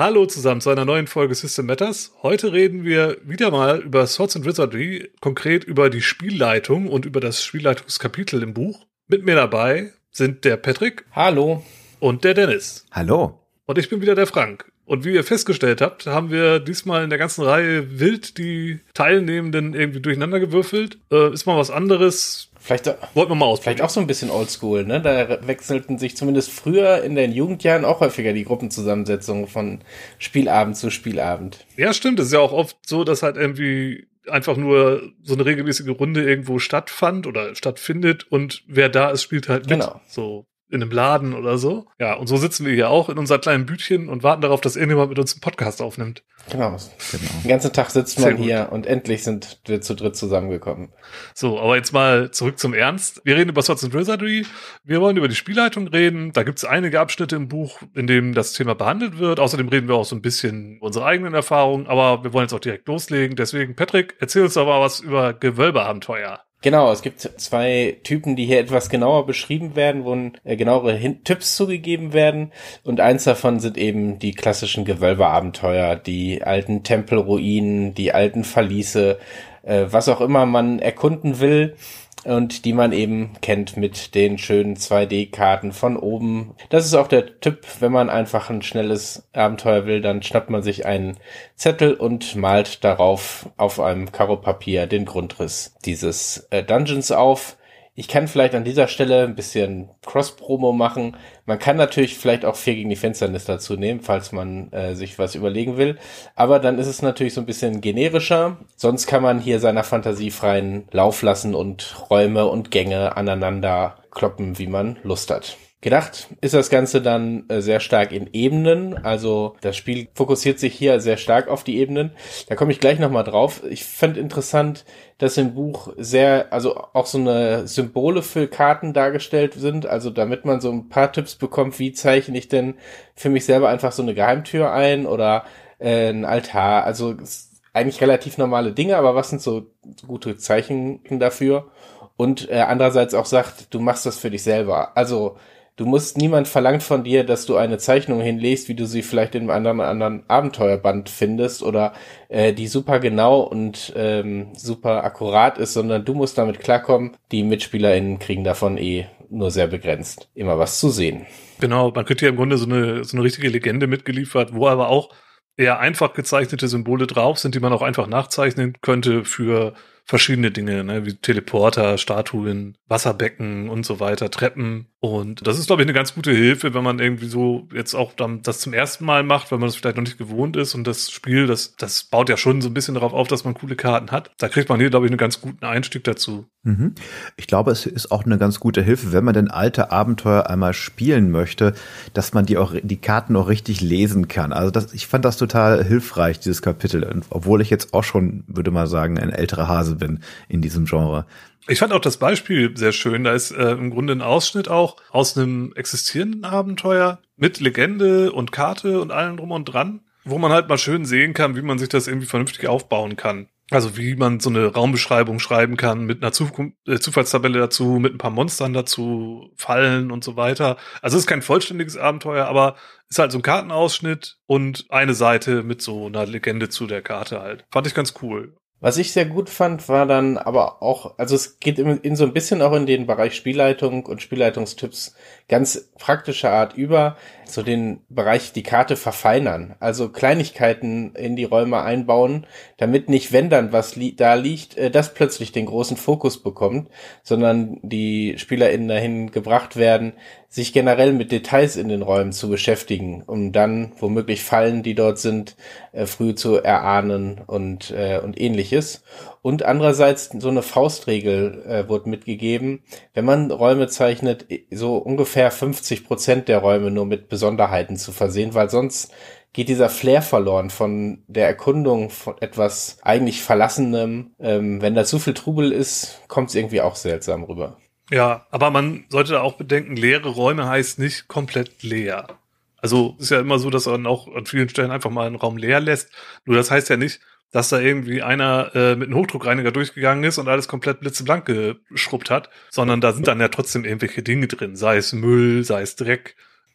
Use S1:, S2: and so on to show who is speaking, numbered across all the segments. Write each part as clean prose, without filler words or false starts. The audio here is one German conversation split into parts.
S1: Hallo zusammen zu einer neuen Folge System Matters. Heute reden wir wieder mal über Swords and Wizardry, konkret über die Spielleitung und über das Spielleitungskapitel im Buch. Mit mir dabei sind der Patrick.
S2: Hallo.
S1: Und der Dennis.
S3: Hallo.
S1: Und ich bin wieder der Frank. Und wie ihr festgestellt habt, haben wir diesmal in der ganzen Reihe wild die Teilnehmenden irgendwie durcheinander gewürfelt. Ist mal was anderes. Wollten wir mal ausprobieren.
S2: Vielleicht auch so ein bisschen oldschool, ne? Da wechselten sich zumindest früher in den Jugendjahren auch häufiger die Gruppenzusammensetzungen von Spielabend zu Spielabend.
S1: Ja, stimmt. Es ist ja auch oft so, dass halt irgendwie einfach nur so eine regelmäßige Runde irgendwo stattfand oder stattfindet und wer da ist, spielt halt mit.
S2: Genau.
S1: So in einem Laden oder so. Ja, und so sitzen wir hier auch in unserem kleinen Bütchen und warten darauf, dass irgendjemand mit uns einen Podcast aufnimmt.
S2: Genau. Den ganzen Tag sitzt man hier und endlich sind wir zu dritt zusammengekommen.
S1: So, aber jetzt mal zurück zum Ernst. Wir reden über Swords and Wizardry. Wir wollen über die Spielleitung reden. Da gibt es einige Abschnitte im Buch, in dem das Thema behandelt wird. Außerdem reden wir auch so ein bisschen unsere eigenen Erfahrungen, aber wir wollen jetzt auch direkt loslegen. Deswegen, Patrick, erzähl uns doch mal was über Gewölbeabenteuer.
S2: Genau, es gibt zwei Typen, die hier etwas genauer beschrieben werden, wo genauere Tipps zugegeben werden. Und eins davon sind eben die klassischen Gewölbeabenteuer, die alten Tempelruinen, die alten Verliese, was auch immer man erkunden will und die man eben kennt mit den schönen 2D-Karten von oben. Das ist auch der Tipp, wenn man einfach ein schnelles Abenteuer will, dann schnappt man sich einen Zettel und malt darauf auf einem Karo-Papier den Grundriss dieses Dungeons auf. Ich kann vielleicht an dieser Stelle ein bisschen Cross-Promo machen. Man kann natürlich vielleicht auch 4 gegen die Finsternis dazu nehmen, falls man sich was überlegen will. Aber dann ist es natürlich so ein bisschen generischer. Sonst kann man hier seiner Fantasie freien Lauf lassen und Räume und Gänge aneinander kloppen, wie man Lust hat. Gedacht ist das Ganze dann sehr stark in Ebenen, also das Spiel fokussiert sich hier sehr stark auf die Ebenen. Da komme ich gleich nochmal drauf. Ich fand interessant, dass im Buch also auch so eine Symbole für Karten dargestellt sind, also damit man so ein paar Tipps bekommt, wie zeichne ich denn für mich selber einfach so eine Geheimtür ein oder ein Altar. Also eigentlich relativ normale Dinge, aber was sind so gute Zeichen dafür? Und andererseits auch sagt, du machst das für dich selber. Also niemand verlangt von dir, dass du eine Zeichnung hinlegst, wie du sie vielleicht in einem anderen Abenteuerband findest oder die super genau und super akkurat ist, sondern du musst damit klarkommen. Die MitspielerInnen kriegen davon nur sehr begrenzt immer was zu sehen.
S1: Genau, man kriegt ja im Grunde so eine richtige Legende mitgeliefert, wo aber auch eher einfach gezeichnete Symbole drauf sind, die man auch einfach nachzeichnen könnte für verschiedene Dinge, ne, wie Teleporter, Statuen, Wasserbecken und so weiter, Treppen. Und das ist, glaube ich, eine ganz gute Hilfe, wenn man irgendwie so jetzt auch dann das zum ersten Mal macht, weil man das vielleicht noch nicht gewohnt ist. Und das Spiel, das baut ja schon so ein bisschen darauf auf, dass man coole Karten hat. Da kriegt man hier, glaube ich, einen ganz guten Einstieg dazu.
S3: Ich glaube, es ist auch eine ganz gute Hilfe, wenn man denn alte Abenteuer einmal spielen möchte, dass man die Karten auch richtig lesen kann. Also ich fand das total hilfreich, dieses Kapitel. Obwohl ich jetzt auch schon, würde mal sagen, ein älterer Hase bin in diesem Genre.
S1: Ich fand auch das Beispiel sehr schön. Da ist im Grunde ein Ausschnitt auch aus einem existierenden Abenteuer mit Legende und Karte und allem drum und dran, wo man halt mal schön sehen kann, wie man sich das irgendwie vernünftig aufbauen kann. Also wie man so eine Raumbeschreibung schreiben kann mit einer Zufallstabelle dazu, mit ein paar Monstern dazu, Fallen und so weiter. Also es ist kein vollständiges Abenteuer, aber ist halt so ein Kartenausschnitt und eine Seite mit so einer Legende zu der Karte halt. Fand ich ganz cool.
S2: Was ich sehr gut fand, war dann aber auch, also es geht in so ein bisschen auch in den Bereich Spielleitung und Spielleitungstipps ganz praktischer Art über, so den Bereich die Karte verfeinern, also Kleinigkeiten in die Räume einbauen, damit nicht, wenn dann was da liegt, das plötzlich den großen Fokus bekommt, sondern die SpielerInnen dahin gebracht werden, sich generell mit Details in den Räumen zu beschäftigen, um dann womöglich Fallen, die dort sind, früh zu erahnen und ähnliches. Und andererseits so eine Faustregel wurde mitgegeben, wenn man Räume zeichnet, so ungefähr 50% der Räume nur mit Besonderheiten zu versehen, weil sonst geht dieser Flair verloren von der Erkundung von etwas eigentlich Verlassenem. Wenn da zu viel Trubel ist, kommt es irgendwie auch seltsam rüber.
S1: Ja, aber man sollte auch bedenken, leere Räume heißt nicht komplett leer. Also ist ja immer so, dass man auch an vielen Stellen einfach mal einen Raum leer lässt. Nur das heißt ja nicht, dass da irgendwie einer mit einem Hochdruckreiniger durchgegangen ist und alles komplett blitzeblank geschrubbt hat, sondern da sind dann ja trotzdem irgendwelche Dinge drin, sei es Müll, sei es Dreck,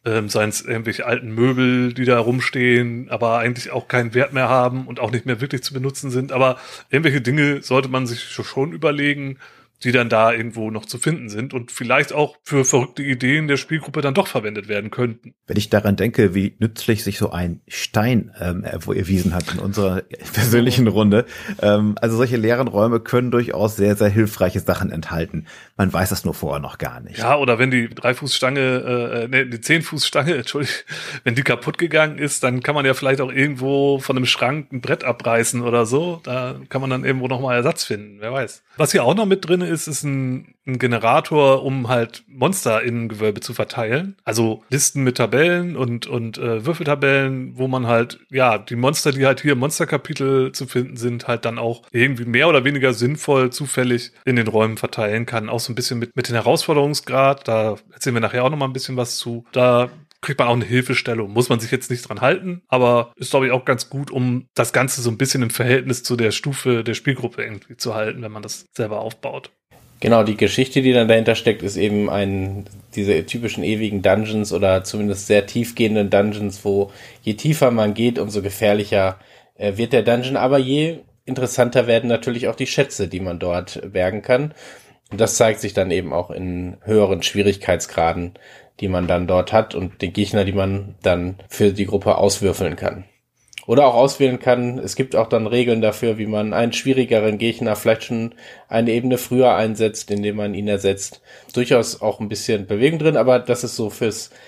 S1: seien es irgendwelche alten Möbel, die da rumstehen, aber eigentlich auch keinen Wert mehr haben und auch nicht mehr wirklich zu benutzen sind. Aber irgendwelche Dinge sollte man sich schon überlegen, die dann da irgendwo noch zu finden sind und vielleicht auch für verrückte Ideen der Spielgruppe dann doch verwendet werden könnten.
S3: Wenn ich daran denke, wie nützlich sich so ein Stein erwiesen hat in unserer persönlichen Runde. Also solche leeren Räume können durchaus sehr, sehr hilfreiche Sachen enthalten. Man weiß das nur vorher noch gar nicht.
S1: Ja, oder wenn die 3-Fuß-Stange, die 10-Fuß-Stange, Entschuldigung, wenn die kaputt gegangen ist, dann kann man ja vielleicht auch irgendwo von einem Schrank ein Brett abreißen oder so. Da kann man dann irgendwo nochmal Ersatz finden, wer weiß. Was hier auch noch mit drin ist ein Generator, um halt Monster in Gewölbe zu verteilen. Also Listen mit Tabellen und Würfeltabellen, wo man halt, ja, die Monster, die halt hier im Monsterkapitel zu finden sind, halt dann auch irgendwie mehr oder weniger sinnvoll zufällig in den Räumen verteilen kann. Auch so ein bisschen mit den Herausforderungsgrad, da erzählen wir nachher auch noch mal ein bisschen was zu. Da kriegt man auch eine Hilfestellung. Muss man sich jetzt nicht dran halten, aber ist, glaube ich, auch ganz gut, um das Ganze so ein bisschen im Verhältnis zu der Stufe der Spielgruppe irgendwie zu halten, wenn man das selber aufbaut.
S2: Genau, die Geschichte, die dann dahinter steckt, ist eben diese typischen ewigen Dungeons oder zumindest sehr tiefgehenden Dungeons, wo je tiefer man geht, umso gefährlicher wird der Dungeon, aber je interessanter werden natürlich auch die Schätze, die man dort bergen kann. Und das zeigt sich dann eben auch in höheren Schwierigkeitsgraden, die man dann dort hat und die Gegner, die man dann für die Gruppe auswürfeln kann. Oder auch auswählen kann. Es gibt auch dann Regeln dafür, wie man einen schwierigeren Gegner vielleicht schon eine Ebene früher einsetzt, indem man ihn ersetzt. Durchaus auch ein bisschen Bewegung drin, aber das ist so für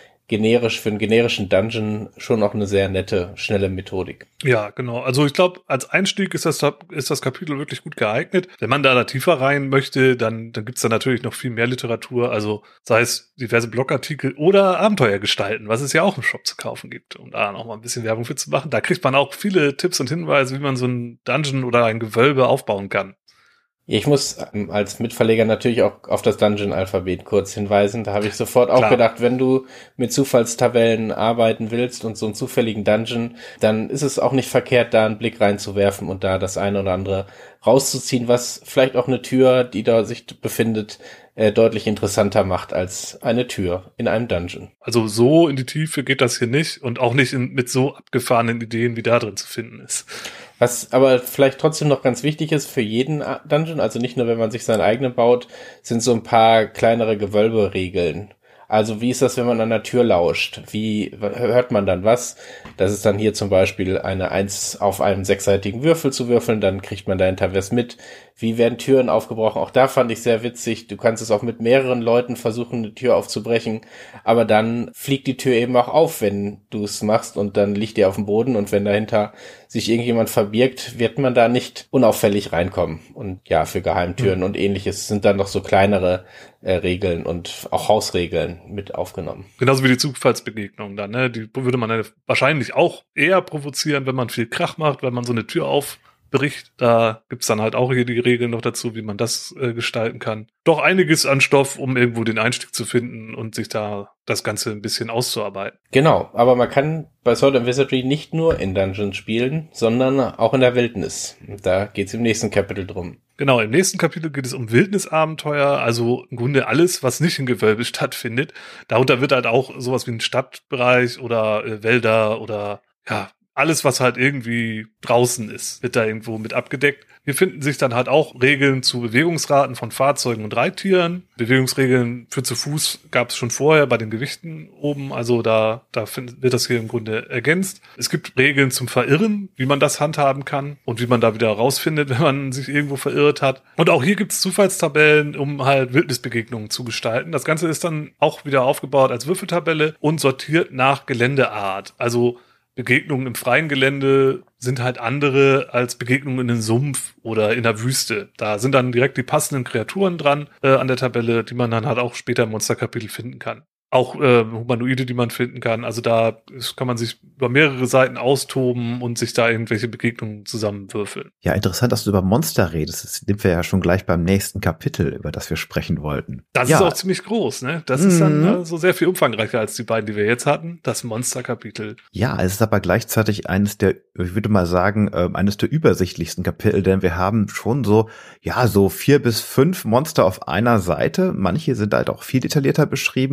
S2: einen generischen Dungeon schon auch eine sehr nette, schnelle Methodik.
S1: Ja, genau. Also ich glaube, als Einstieg ist das Kapitel wirklich gut geeignet. Wenn man da tiefer rein möchte, dann gibt's da natürlich noch viel mehr Literatur. Also sei es diverse Blogartikel oder Abenteuergestalten, was es ja auch im Shop zu kaufen gibt, um da noch mal ein bisschen Werbung für zu machen. Da kriegt man auch viele Tipps und Hinweise, wie man so einen Dungeon oder ein Gewölbe aufbauen kann.
S2: Ich muss als Mitverleger natürlich auch auf das Dungeon-Alphabet kurz hinweisen. Da habe ich sofort auch gedacht, wenn du mit Zufallstabellen arbeiten willst und so einen zufälligen Dungeon, dann ist es auch nicht verkehrt, da einen Blick reinzuwerfen und da das eine oder andere rauszuziehen, was vielleicht auch eine Tür, die da sich befindet, deutlich interessanter macht als eine Tür in einem Dungeon.
S1: Also so in die Tiefe geht das hier nicht und auch nicht mit so abgefahrenen Ideen, wie da drin zu finden ist.
S2: Was aber vielleicht trotzdem noch ganz wichtig ist für jeden Dungeon, also nicht nur, wenn man sich seinen eigenen baut, sind so ein paar kleinere Gewölberegeln. Also wie ist das, wenn man an der Tür lauscht? Wie hört man dann was? Das ist dann hier zum Beispiel eine 1 auf einem 6-seitigen Würfel zu würfeln, dann kriegt man dahinter was mit. Wie werden Türen aufgebrochen? Auch da fand ich sehr witzig. Du kannst es auch mit mehreren Leuten versuchen, eine Tür aufzubrechen, aber dann fliegt die Tür eben auch auf, wenn du es machst und dann liegt die auf dem Boden und wenn dahinter sich irgendjemand verbirgt, wird man da nicht unauffällig reinkommen. Und ja, für Geheimtüren und ähnliches sind dann noch so kleinere Regeln und auch Hausregeln mit aufgenommen.
S1: Genauso wie die Zufallsbegegnung dann, ne? Die würde man wahrscheinlich auch eher provozieren, wenn man viel Krach macht, wenn man so eine Tür aufbricht. Da gibt's dann halt auch hier die Regeln noch dazu, wie man das gestalten kann. Doch einiges an Stoff, um irgendwo den Einstieg zu finden und sich da das Ganze ein bisschen auszuarbeiten.
S2: Genau, aber man kann bei Sword and Wizardry nicht nur in Dungeons spielen, sondern auch in der Wildnis. Da geht's im nächsten Kapitel drum.
S1: Genau, im nächsten Kapitel geht es um Wildnisabenteuer, also im Grunde alles, was nicht im Gewölbe stattfindet. Darunter wird halt auch sowas wie ein Stadtbereich oder Wälder oder ja, alles, was halt irgendwie draußen ist, wird da irgendwo mit abgedeckt. Hier finden sich dann halt auch Regeln zu Bewegungsraten von Fahrzeugen und Reittieren. Bewegungsregeln für zu Fuß gab es schon vorher bei den Gewichten oben, also da wird das hier im Grunde ergänzt. Es gibt Regeln zum Verirren, wie man das handhaben kann und wie man da wieder rausfindet, wenn man sich irgendwo verirrt hat. Und auch hier gibt es Zufallstabellen, um halt Wildnisbegegnungen zu gestalten. Das Ganze ist dann auch wieder aufgebaut als Würfeltabelle und sortiert nach Geländeart. Also Begegnungen im freien Gelände sind halt andere als Begegnungen in einem Sumpf oder in der Wüste. Da sind dann direkt die passenden Kreaturen dran an der Tabelle, die man dann halt auch später im Monsterkapitel finden kann. Auch Humanoide, die man finden kann. Also da kann man sich über mehrere Seiten austoben und sich da irgendwelche Begegnungen zusammenwürfeln.
S3: Ja, interessant, dass du über Monster redest. Das sind wir ja schon gleich beim nächsten Kapitel, über das wir sprechen wollten.
S1: Das ist auch ziemlich groß, ne? Das ist dann so sehr viel umfangreicher als die beiden, die wir jetzt hatten. Das Monsterkapitel.
S3: Ja, es ist aber gleichzeitig eines der, ich würde mal sagen, eines der übersichtlichsten Kapitel, denn wir haben schon so 4 bis 5 Monster auf einer Seite. Manche sind halt auch viel detaillierter beschrieben, wenn es so um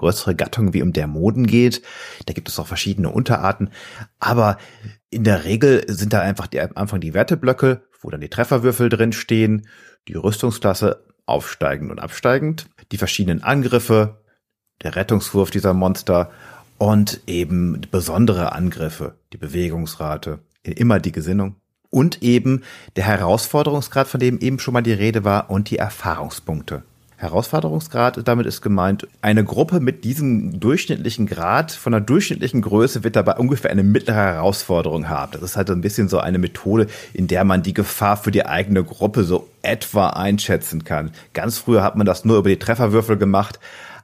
S3: größere Gattungen wie um Dermoden geht. Da gibt es auch verschiedene Unterarten. Aber in der Regel sind da einfach am Anfang die Werteblöcke, wo dann die Trefferwürfel drin stehen, die Rüstungsklasse aufsteigend und absteigend, die verschiedenen Angriffe, der Rettungswurf dieser Monster und eben besondere Angriffe, die Bewegungsrate, immer die Gesinnung und eben der Herausforderungsgrad, von dem eben schon mal die Rede war, und die Erfahrungspunkte. Herausforderungsgrad, damit ist gemeint, eine Gruppe mit diesem durchschnittlichen Grad, von einer durchschnittlichen Größe, wird dabei ungefähr eine mittlere Herausforderung haben. Das ist halt so ein bisschen so eine Methode, in der man die Gefahr für die eigene Gruppe so etwa einschätzen kann. Ganz früher hat man das nur über die Trefferwürfel gemacht,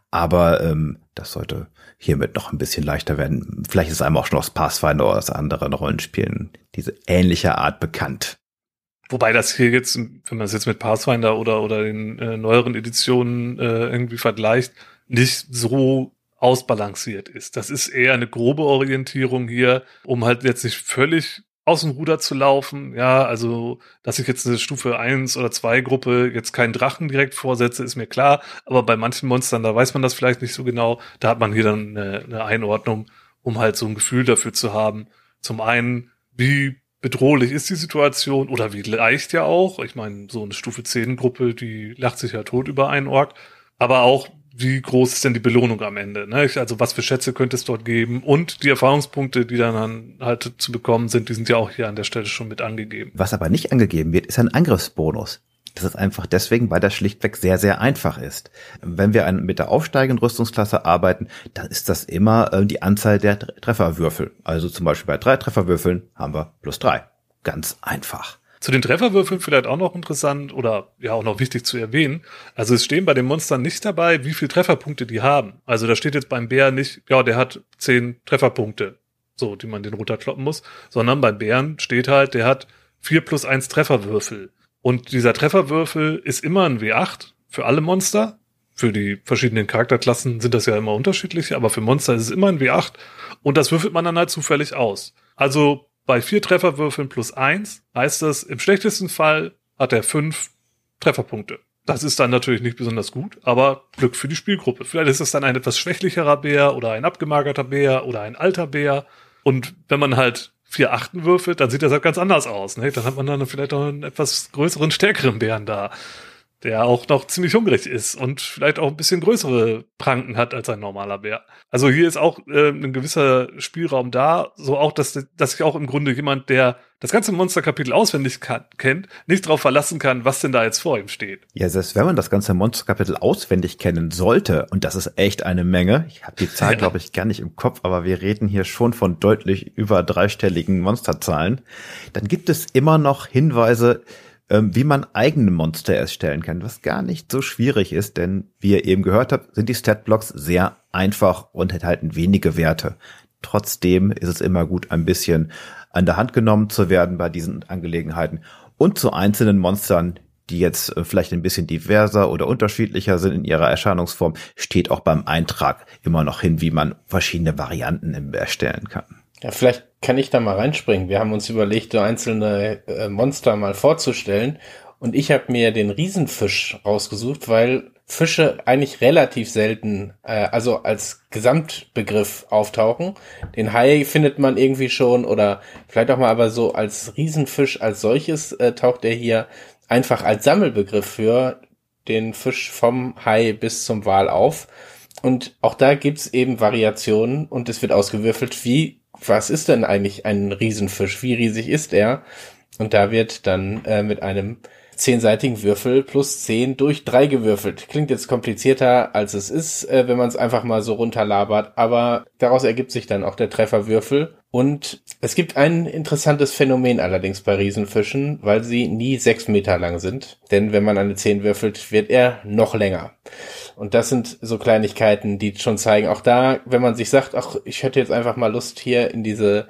S3: aber das sollte hiermit noch ein bisschen leichter werden. Vielleicht ist einem auch schon aus Pathfinder oder aus anderen Rollenspielen diese ähnliche Art bekannt.
S1: Wobei das hier jetzt, wenn man es jetzt mit Pathfinder oder den neueren Editionen irgendwie vergleicht, nicht so ausbalanciert ist. Das ist eher eine grobe Orientierung hier, um halt jetzt nicht völlig aus dem Ruder zu laufen. Ja, also, dass ich jetzt eine Stufe 1 oder 2 Gruppe jetzt keinen Drachen direkt vorsetze, ist mir klar. Aber bei manchen Monstern, da weiß man das vielleicht nicht so genau. Da hat man hier dann eine Einordnung, um halt so ein Gefühl dafür zu haben. Zum einen, wie bedrohlich ist die Situation oder wie leicht ja auch. Ich meine, so eine Stufe 10 Gruppe, die lacht sich ja tot über einen Ork. Aber auch, wie groß ist denn die Belohnung am Ende? Ne? Also was für Schätze könnte es dort geben? Und die Erfahrungspunkte, die dann halt zu bekommen sind, die sind ja auch hier an der Stelle schon mit angegeben.
S3: Was aber nicht angegeben wird, ist ein Angriffsbonus. Das ist einfach deswegen, weil das schlichtweg sehr, sehr einfach ist. Wenn wir mit der aufsteigenden Rüstungsklasse arbeiten, dann ist das immer die Anzahl der Trefferwürfel. Also zum Beispiel bei 3 Trefferwürfeln haben wir +3. Ganz einfach.
S1: Zu den Trefferwürfeln vielleicht auch noch interessant oder ja auch noch wichtig zu erwähnen. Also es stehen bei den Monstern nicht dabei, wie viele Trefferpunkte die haben. Also da steht jetzt beim Bär nicht, ja, der hat 10 Trefferpunkte, so, die man den runterkloppen muss, sondern beim Bären steht halt, der hat 4 + 1 Trefferwürfel. Und dieser Trefferwürfel ist immer ein W8 für alle Monster. Für die verschiedenen Charakterklassen sind das ja immer unterschiedlich, aber für Monster ist es immer ein W8 und das würfelt man dann halt zufällig aus. Also bei 4 Trefferwürfeln +1 heißt das, im schlechtesten Fall hat er 5 Trefferpunkte. Das ist dann natürlich nicht besonders gut, aber Glück für die Spielgruppe. Vielleicht ist es dann ein etwas schwächlicherer Bär oder ein abgemagerter Bär oder ein alter Bär. Und wenn man halt 4 Achten würfelt, dann sieht das halt ganz anders aus. Ne? Dann hat man dann vielleicht auch einen etwas größeren, stärkeren Bären da, der auch noch ziemlich hungrig ist und vielleicht auch ein bisschen größere Pranken hat als ein normaler Bär. Also hier ist auch ein gewisser Spielraum da, so auch, dass sich auch im Grunde jemand, der das ganze Monsterkapitel auswendig kennt, nicht darauf verlassen kann, was denn da jetzt vor ihm steht.
S3: Ja, selbst wenn man das ganze Monsterkapitel auswendig kennen sollte, und das ist echt eine Menge, ich habe die Zahl, glaube ich, gar nicht im Kopf, aber wir reden hier schon von deutlich über 3-stelligen Monsterzahlen, dann gibt es immer noch Hinweise, wie man eigene Monster erstellen kann, was gar nicht so schwierig ist, denn wie ihr eben gehört habt, sind die Statblocks sehr einfach und enthalten wenige Werte. Trotzdem ist es immer gut, ein bisschen an der Hand genommen zu werden bei diesen Angelegenheiten und zu einzelnen Monstern, die jetzt vielleicht ein bisschen diverser oder unterschiedlicher sind in ihrer Erscheinungsform, steht auch beim Eintrag immer noch hin, wie man verschiedene Varianten erstellen kann.
S2: Ja, vielleicht kann ich da mal reinspringen. Wir haben uns überlegt, so einzelne Monster mal vorzustellen. Und ich habe mir den Riesenfisch rausgesucht, weil Fische eigentlich relativ selten, also als Gesamtbegriff auftauchen. Den Hai findet man irgendwie schon oder vielleicht auch mal aber so als Riesenfisch als solches taucht er hier einfach als Sammelbegriff für den Fisch vom Hai bis zum Wal auf. Und auch da gibt's eben Variationen und es wird ausgewürfelt, was ist denn eigentlich ein Riesenfisch? Wie riesig ist er? Und da wird dann mit einem 10-seitigen Würfel +10 durch 3 gewürfelt. Klingt jetzt komplizierter, als es ist, wenn man es einfach mal so runterlabert. Aber daraus ergibt sich dann auch der Trefferwürfel. Und es gibt ein interessantes Phänomen allerdings bei Riesenfischen, weil sie nie 6 Meter lang sind. Denn wenn man eine 10 würfelt, wird er noch länger. Und das sind so Kleinigkeiten, die schon zeigen, auch da, wenn man sich sagt, ach, ich hätte jetzt einfach mal Lust hier in dieses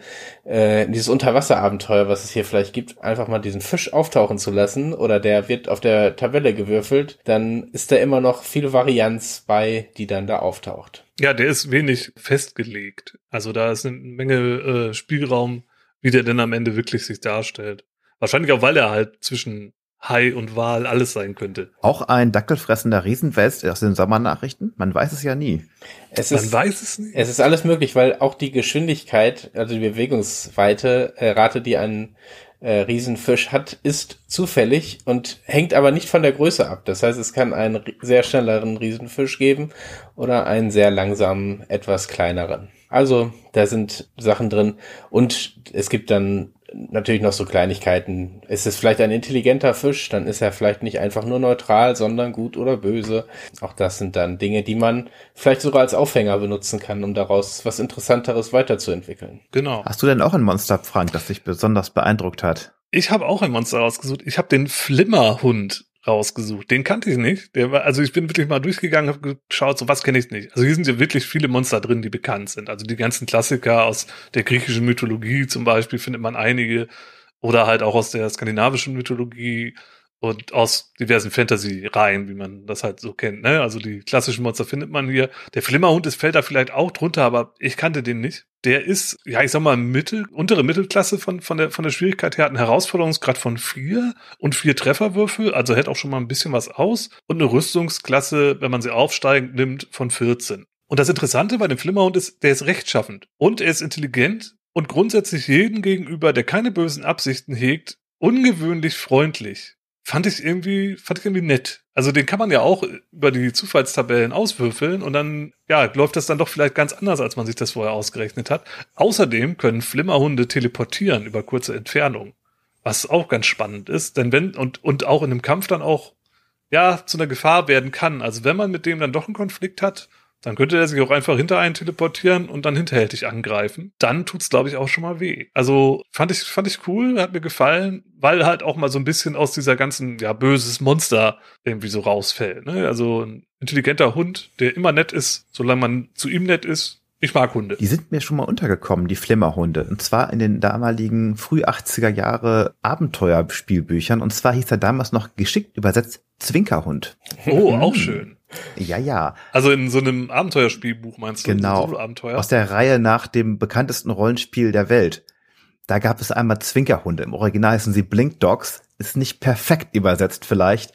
S2: Unterwasserabenteuer, was es hier vielleicht gibt, einfach mal diesen Fisch auftauchen zu lassen oder der wird auf der Tabelle gewürfelt, dann ist da immer noch viel Varianz bei, die dann da auftaucht.
S1: Ja, der ist wenig festgelegt. Also da ist eine Menge Spielraum, wie der denn am Ende wirklich sich darstellt. Wahrscheinlich auch, weil er halt zwischen Hai und Wal alles sein könnte.
S3: Auch ein dackelfressender Riesenwels aus den Sommernachrichten? Man weiß es ja nie.
S1: Man weiß es nicht.
S2: Es ist alles möglich, weil auch die Geschwindigkeit, also die Bewegungsweite, Rate, die ein Riesenfisch hat, ist zufällig und hängt aber nicht von der Größe ab. Das heißt, es kann einen sehr schnelleren Riesenfisch geben oder einen sehr langsamen, etwas kleineren. Also da sind Sachen drin und es gibt dann natürlich noch so Kleinigkeiten. Ist es vielleicht ein intelligenter Fisch, dann ist er vielleicht nicht einfach nur neutral, sondern gut oder böse. Auch das sind dann Dinge, die man vielleicht sogar als Aufhänger benutzen kann, um daraus was Interessanteres weiterzuentwickeln.
S1: Genau.
S3: Hast du denn auch ein Monster, Frank, das dich besonders beeindruckt hat?
S1: Ich habe auch ein Monster rausgesucht. Ich habe den Flimmerhund rausgesucht. Den kannte ich nicht. Also ich bin wirklich mal durchgegangen, habe geschaut, so was kenne ich nicht. Also hier sind ja wirklich viele Monster drin, die bekannt sind. Also die ganzen Klassiker aus der griechischen Mythologie zum Beispiel findet man einige oder halt auch aus der skandinavischen Mythologie und aus diversen Fantasy-Reihen, wie man das halt so kennt, ne? Also die klassischen Monster findet man hier. Der Flimmerhund fällt da vielleicht auch drunter, aber ich kannte den nicht. Der ist, ja, ich sag mal, untere Mittelklasse von der Schwierigkeit her, hat einen Herausforderungsgrad von 4 und 4 Trefferwürfel, also hält auch schon mal ein bisschen was aus und eine Rüstungsklasse, wenn man sie aufsteigend nimmt, von 14. Und das Interessante bei dem Flimmerhund ist, der ist rechtschaffend und er ist intelligent und grundsätzlich jedem gegenüber, der keine bösen Absichten hegt, ungewöhnlich freundlich. Fand ich irgendwie nett. Also den kann man ja auch über die Zufallstabellen auswürfeln und dann, ja, läuft das dann doch vielleicht ganz anders, als man sich das vorher ausgerechnet hat. Außerdem können Flimmerhunde teleportieren über kurze Entfernung, was auch ganz spannend ist, denn und auch in einem Kampf dann auch, ja, zu einer Gefahr werden kann. Also wenn man mit dem dann doch einen Konflikt hat, dann könnte er sich auch einfach hinter einen teleportieren und dann hinterhältig angreifen. Dann tut's, glaube ich, auch schon mal weh. Also fand ich cool, hat mir gefallen, weil halt auch mal so ein bisschen aus dieser ganzen, ja, böses Monster irgendwie so rausfällt, ne? Also ein intelligenter Hund, der immer nett ist, solange man zu ihm nett ist. Ich mag Hunde.
S3: Die sind mir schon mal untergekommen, die Flimmerhunde. Und zwar in den damaligen früh 80er Jahre Abenteuerspielbüchern. Und zwar hieß er damals noch geschickt übersetzt Zwinkerhund.
S1: Oh, auch schön.
S3: Ja.
S1: Also in so einem Abenteuerspielbuch meinst du?
S3: Genau.
S1: So ein Solo-Abenteuer?
S3: Aus der Reihe nach dem bekanntesten Rollenspiel der Welt. Da gab es einmal Zwinkerhunde. Im Original heißen sie Blink Dogs. Ist nicht perfekt übersetzt vielleicht,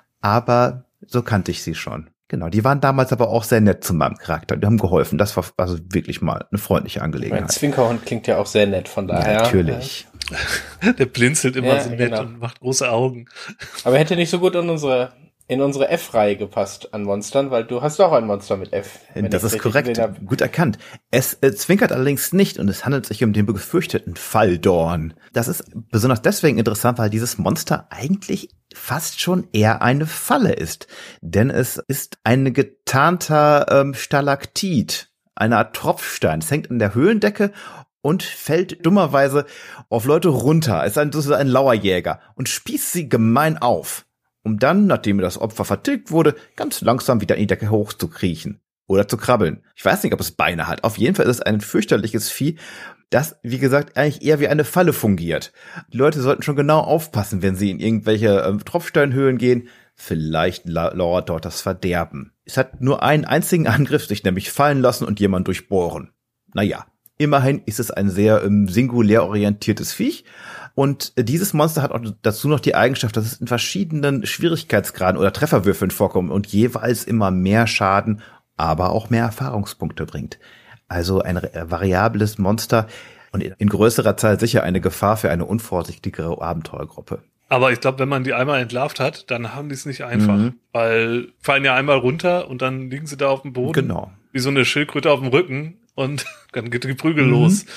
S3: aber so kannte ich sie schon. Genau, die waren damals aber auch sehr nett zu meinem Charakter. Die haben geholfen. Das war also wirklich mal eine freundliche Angelegenheit.
S2: Mein Zwinkerhund klingt ja auch sehr nett, von daher.
S3: Ja, natürlich.
S1: Der blinzelt immer so nett
S2: genau.
S1: und macht große Augen.
S2: Aber hätte nicht so gut in unsere F-Reihe gepasst an Monstern, weil du hast auch ein Monster mit F.
S3: Das ist korrekt, gut erkannt. Es zwinkert allerdings nicht und es handelt sich um den gefürchteten Falldorn. Das ist besonders deswegen interessant, weil dieses Monster eigentlich fast schon eher eine Falle ist. Denn es ist ein getarnter Stalaktit, eine Art Tropfstein. Es hängt an der Höhlendecke und fällt dummerweise auf Leute runter. Es ist ein Lauerjäger und spießt sie gemein auf, um dann, nachdem das Opfer vertilgt wurde, ganz langsam wieder in die Decke hochzukriechen oder zu krabbeln. Ich weiß nicht, ob es Beine hat. Auf jeden Fall ist es ein fürchterliches Vieh, das, wie gesagt, eigentlich eher wie eine Falle fungiert. Die Leute sollten schon genau aufpassen, wenn sie in irgendwelche Tropfsteinhöhlen gehen. Vielleicht lauert dort das Verderben. Es hat nur einen einzigen Angriff, sich nämlich fallen lassen und jemand durchbohren. Naja, immerhin ist es ein sehr singulär orientiertes Viech. Und dieses Monster hat auch dazu noch die Eigenschaft, dass es in verschiedenen Schwierigkeitsgraden oder Trefferwürfeln vorkommt und jeweils immer mehr Schaden, aber auch mehr Erfahrungspunkte bringt. Also ein variables Monster und in größerer Zahl sicher eine Gefahr für eine unvorsichtigere Abenteuergruppe.
S1: Aber ich glaube, wenn man die einmal entlarvt hat, dann haben die es nicht einfach. Weil fallen ja einmal runter und dann liegen sie da auf dem Boden.
S3: Genau.
S1: Wie so eine Schildkröte auf dem Rücken und dann geht die Prügel los.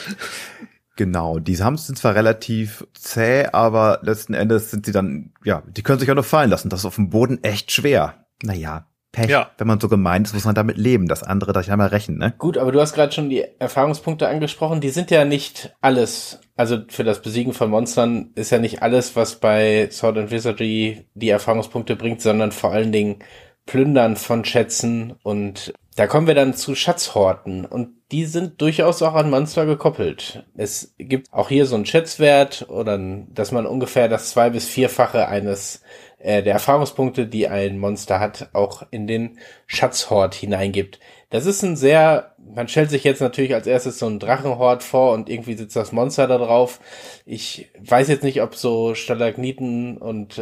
S3: Genau, die sind zwar relativ zäh, aber letzten Endes sind sie dann, ja, die können sich auch nur fallen lassen. Das ist auf dem Boden echt schwer. Naja, Pech. Ja. Wenn man so gemeint ist, muss man damit leben. Das andere darf ich einmal rächen, ne?
S2: Gut, aber du hast gerade schon die Erfahrungspunkte angesprochen. Die sind ja nicht alles. Also für das Besiegen von Monstern ist ja nicht alles, was bei Sword and Wizardry die Erfahrungspunkte bringt, sondern vor allen Dingen Plündern von Schätzen. Und da kommen wir dann zu Schatzhorten. Und die sind durchaus auch an Monster gekoppelt. Es gibt auch hier so einen Schätzwert oder dass man ungefähr das 2- bis 4-fache eines der Erfahrungspunkte, die ein Monster hat, auch in den Schatzhort hineingibt. Das ist man stellt sich jetzt natürlich als erstes so einen Drachenhort vor und irgendwie sitzt das Monster da drauf. Ich weiß jetzt nicht, ob so Stalagniten und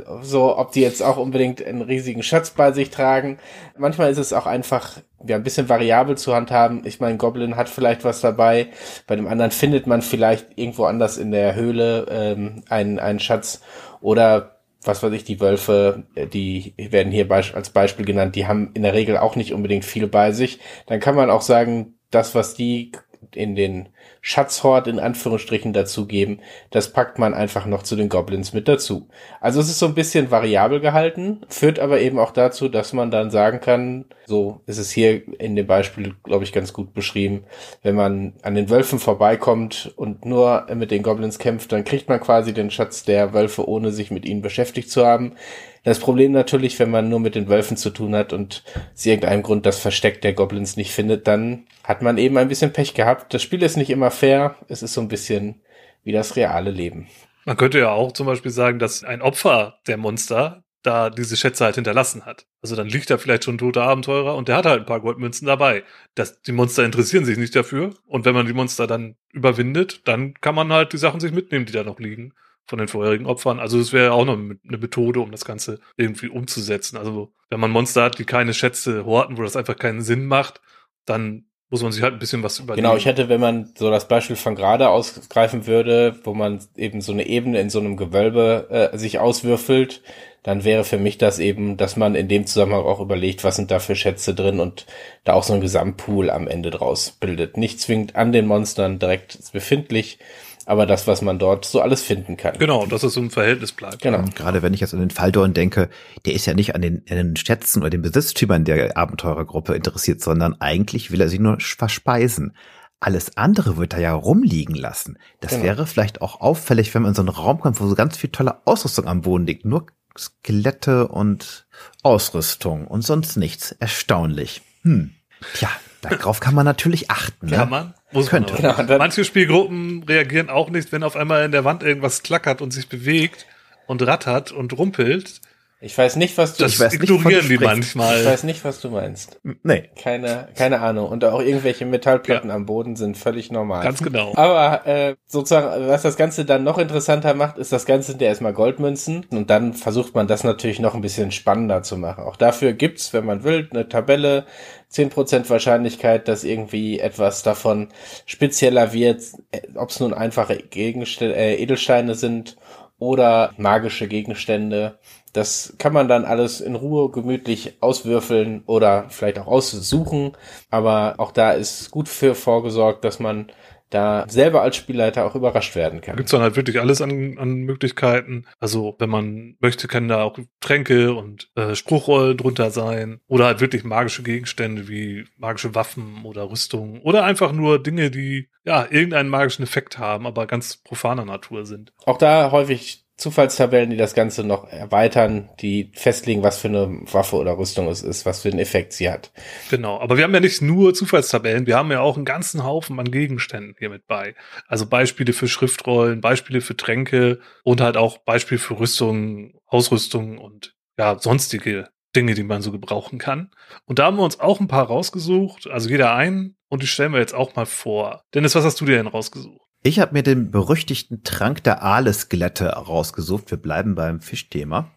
S2: ob die jetzt auch unbedingt einen riesigen Schatz bei sich tragen. Manchmal ist es auch einfach ein bisschen variabel zu handhaben. Ich meine, Goblin hat vielleicht was dabei, bei dem anderen findet man vielleicht irgendwo anders in der Höhle einen Schatz oder was weiß ich, die Wölfe, die werden hier als Beispiel genannt, die haben in der Regel auch nicht unbedingt viel bei sich. Dann kann man auch sagen, das, was die in den Schatzhort in Anführungsstrichen dazugeben, das packt man einfach noch zu den Goblins mit dazu. Also es ist so ein bisschen variabel gehalten, führt aber eben auch dazu, dass man dann sagen kann, so ist es hier in dem Beispiel, glaube ich, ganz gut beschrieben, wenn man an den Wölfen vorbeikommt und nur mit den Goblins kämpft, dann kriegt man quasi den Schatz der Wölfe, ohne sich mit ihnen beschäftigt zu haben. Das Problem natürlich, wenn man nur mit den Wölfen zu tun hat und aus irgendeinem Grund das Versteck der Goblins nicht findet, dann hat man eben ein bisschen Pech gehabt. Das Spiel ist nicht immer fair, es ist so ein bisschen wie das reale Leben.
S1: Man könnte ja auch zum Beispiel sagen, dass ein Opfer der Monster da diese Schätze halt hinterlassen hat. Also dann liegt da vielleicht schon ein toter Abenteurer und der hat halt ein paar Goldmünzen dabei. Die Monster interessieren sich nicht dafür und wenn man die Monster dann überwindet, dann kann man halt die Sachen sich mitnehmen, die da noch liegen von den vorherigen Opfern. Also das wäre auch noch eine Methode, um das Ganze irgendwie umzusetzen. Also wenn man Monster hat, die keine Schätze horten, wo das einfach keinen Sinn macht, dann muss man sich halt ein bisschen was überlegen.
S2: Genau, ich hätte, wenn man so das Beispiel von gerade ausgreifen würde, wo man eben so eine Ebene in so einem Gewölbe sich auswürfelt, dann wäre für mich das eben, dass man in dem Zusammenhang auch überlegt, was sind da für Schätze drin und da auch so ein Gesamtpool am Ende draus bildet. Nicht zwingend an den Monstern direkt befindlich, aber das, was man dort so alles finden kann.
S1: Genau, dass es so im Verhältnis bleibt.
S3: Genau. Gerade wenn ich jetzt an den Faldorn denke, der ist ja nicht an den Schätzen oder den Besitztümern der Abenteurergruppe interessiert, sondern eigentlich will er sie nur verspeisen. Alles andere wird er ja rumliegen lassen. Das wäre vielleicht auch auffällig, wenn man in so einen Raum kommt, wo so ganz viel tolle Ausrüstung am Boden liegt. Nur Skelette und Ausrüstung und sonst nichts. Erstaunlich. Tja, darauf kann man natürlich achten.
S1: Kann man? Muss
S3: Könnte.
S1: Man genau, manche Spielgruppen reagieren auch nicht, wenn auf einmal in der Wand irgendwas klackert und sich bewegt und rattert und rumpelt.
S2: Ich weiß nicht, was du...
S1: Das ignorieren die manchmal.
S2: Ich weiß nicht, was du meinst.
S3: Nee.
S2: Keine Ahnung. Und auch irgendwelche Metallplatten am Boden sind völlig normal.
S1: Ganz genau.
S2: Aber sozusagen, was das Ganze dann noch interessanter macht, ist das Ganze sind ja erstmal Goldmünzen. Und dann versucht man das natürlich noch ein bisschen spannender zu machen. Auch dafür gibt's, wenn man will, eine Tabelle, 10% Wahrscheinlichkeit, dass irgendwie etwas davon spezieller wird, ob es nun einfache Edelsteine sind oder magische Gegenstände. Das kann man dann alles in Ruhe gemütlich auswürfeln oder vielleicht auch aussuchen. Aber auch da ist gut für vorgesorgt, dass man da selber als Spielleiter auch überrascht werden kann.
S1: Da gibt's dann halt wirklich alles an Möglichkeiten. Also wenn man möchte, können da auch Tränke und Spruchrollen drunter sein. Oder halt wirklich magische Gegenstände wie magische Waffen oder Rüstungen. Oder einfach nur Dinge, die ja irgendeinen magischen Effekt haben, aber ganz profaner Natur sind.
S2: Auch da häufig Zufallstabellen, die das Ganze noch erweitern, die festlegen, was für eine Waffe oder Rüstung es ist, was für einen Effekt sie hat.
S1: Genau, aber wir haben ja nicht nur Zufallstabellen, wir haben ja auch einen ganzen Haufen an Gegenständen hier mit bei. Also Beispiele für Schriftrollen, Beispiele für Tränke und halt auch Beispiele für Rüstungen, Ausrüstung und ja, sonstige Dinge, die man so gebrauchen kann. Und da haben wir uns auch ein paar rausgesucht, also jeder einen, und die stellen wir jetzt auch mal vor. Dennis, was hast du dir denn rausgesucht?
S3: Ich habe mir den berüchtigten Trank der Aale-Skelette rausgesucht. Wir bleiben beim Fischthema.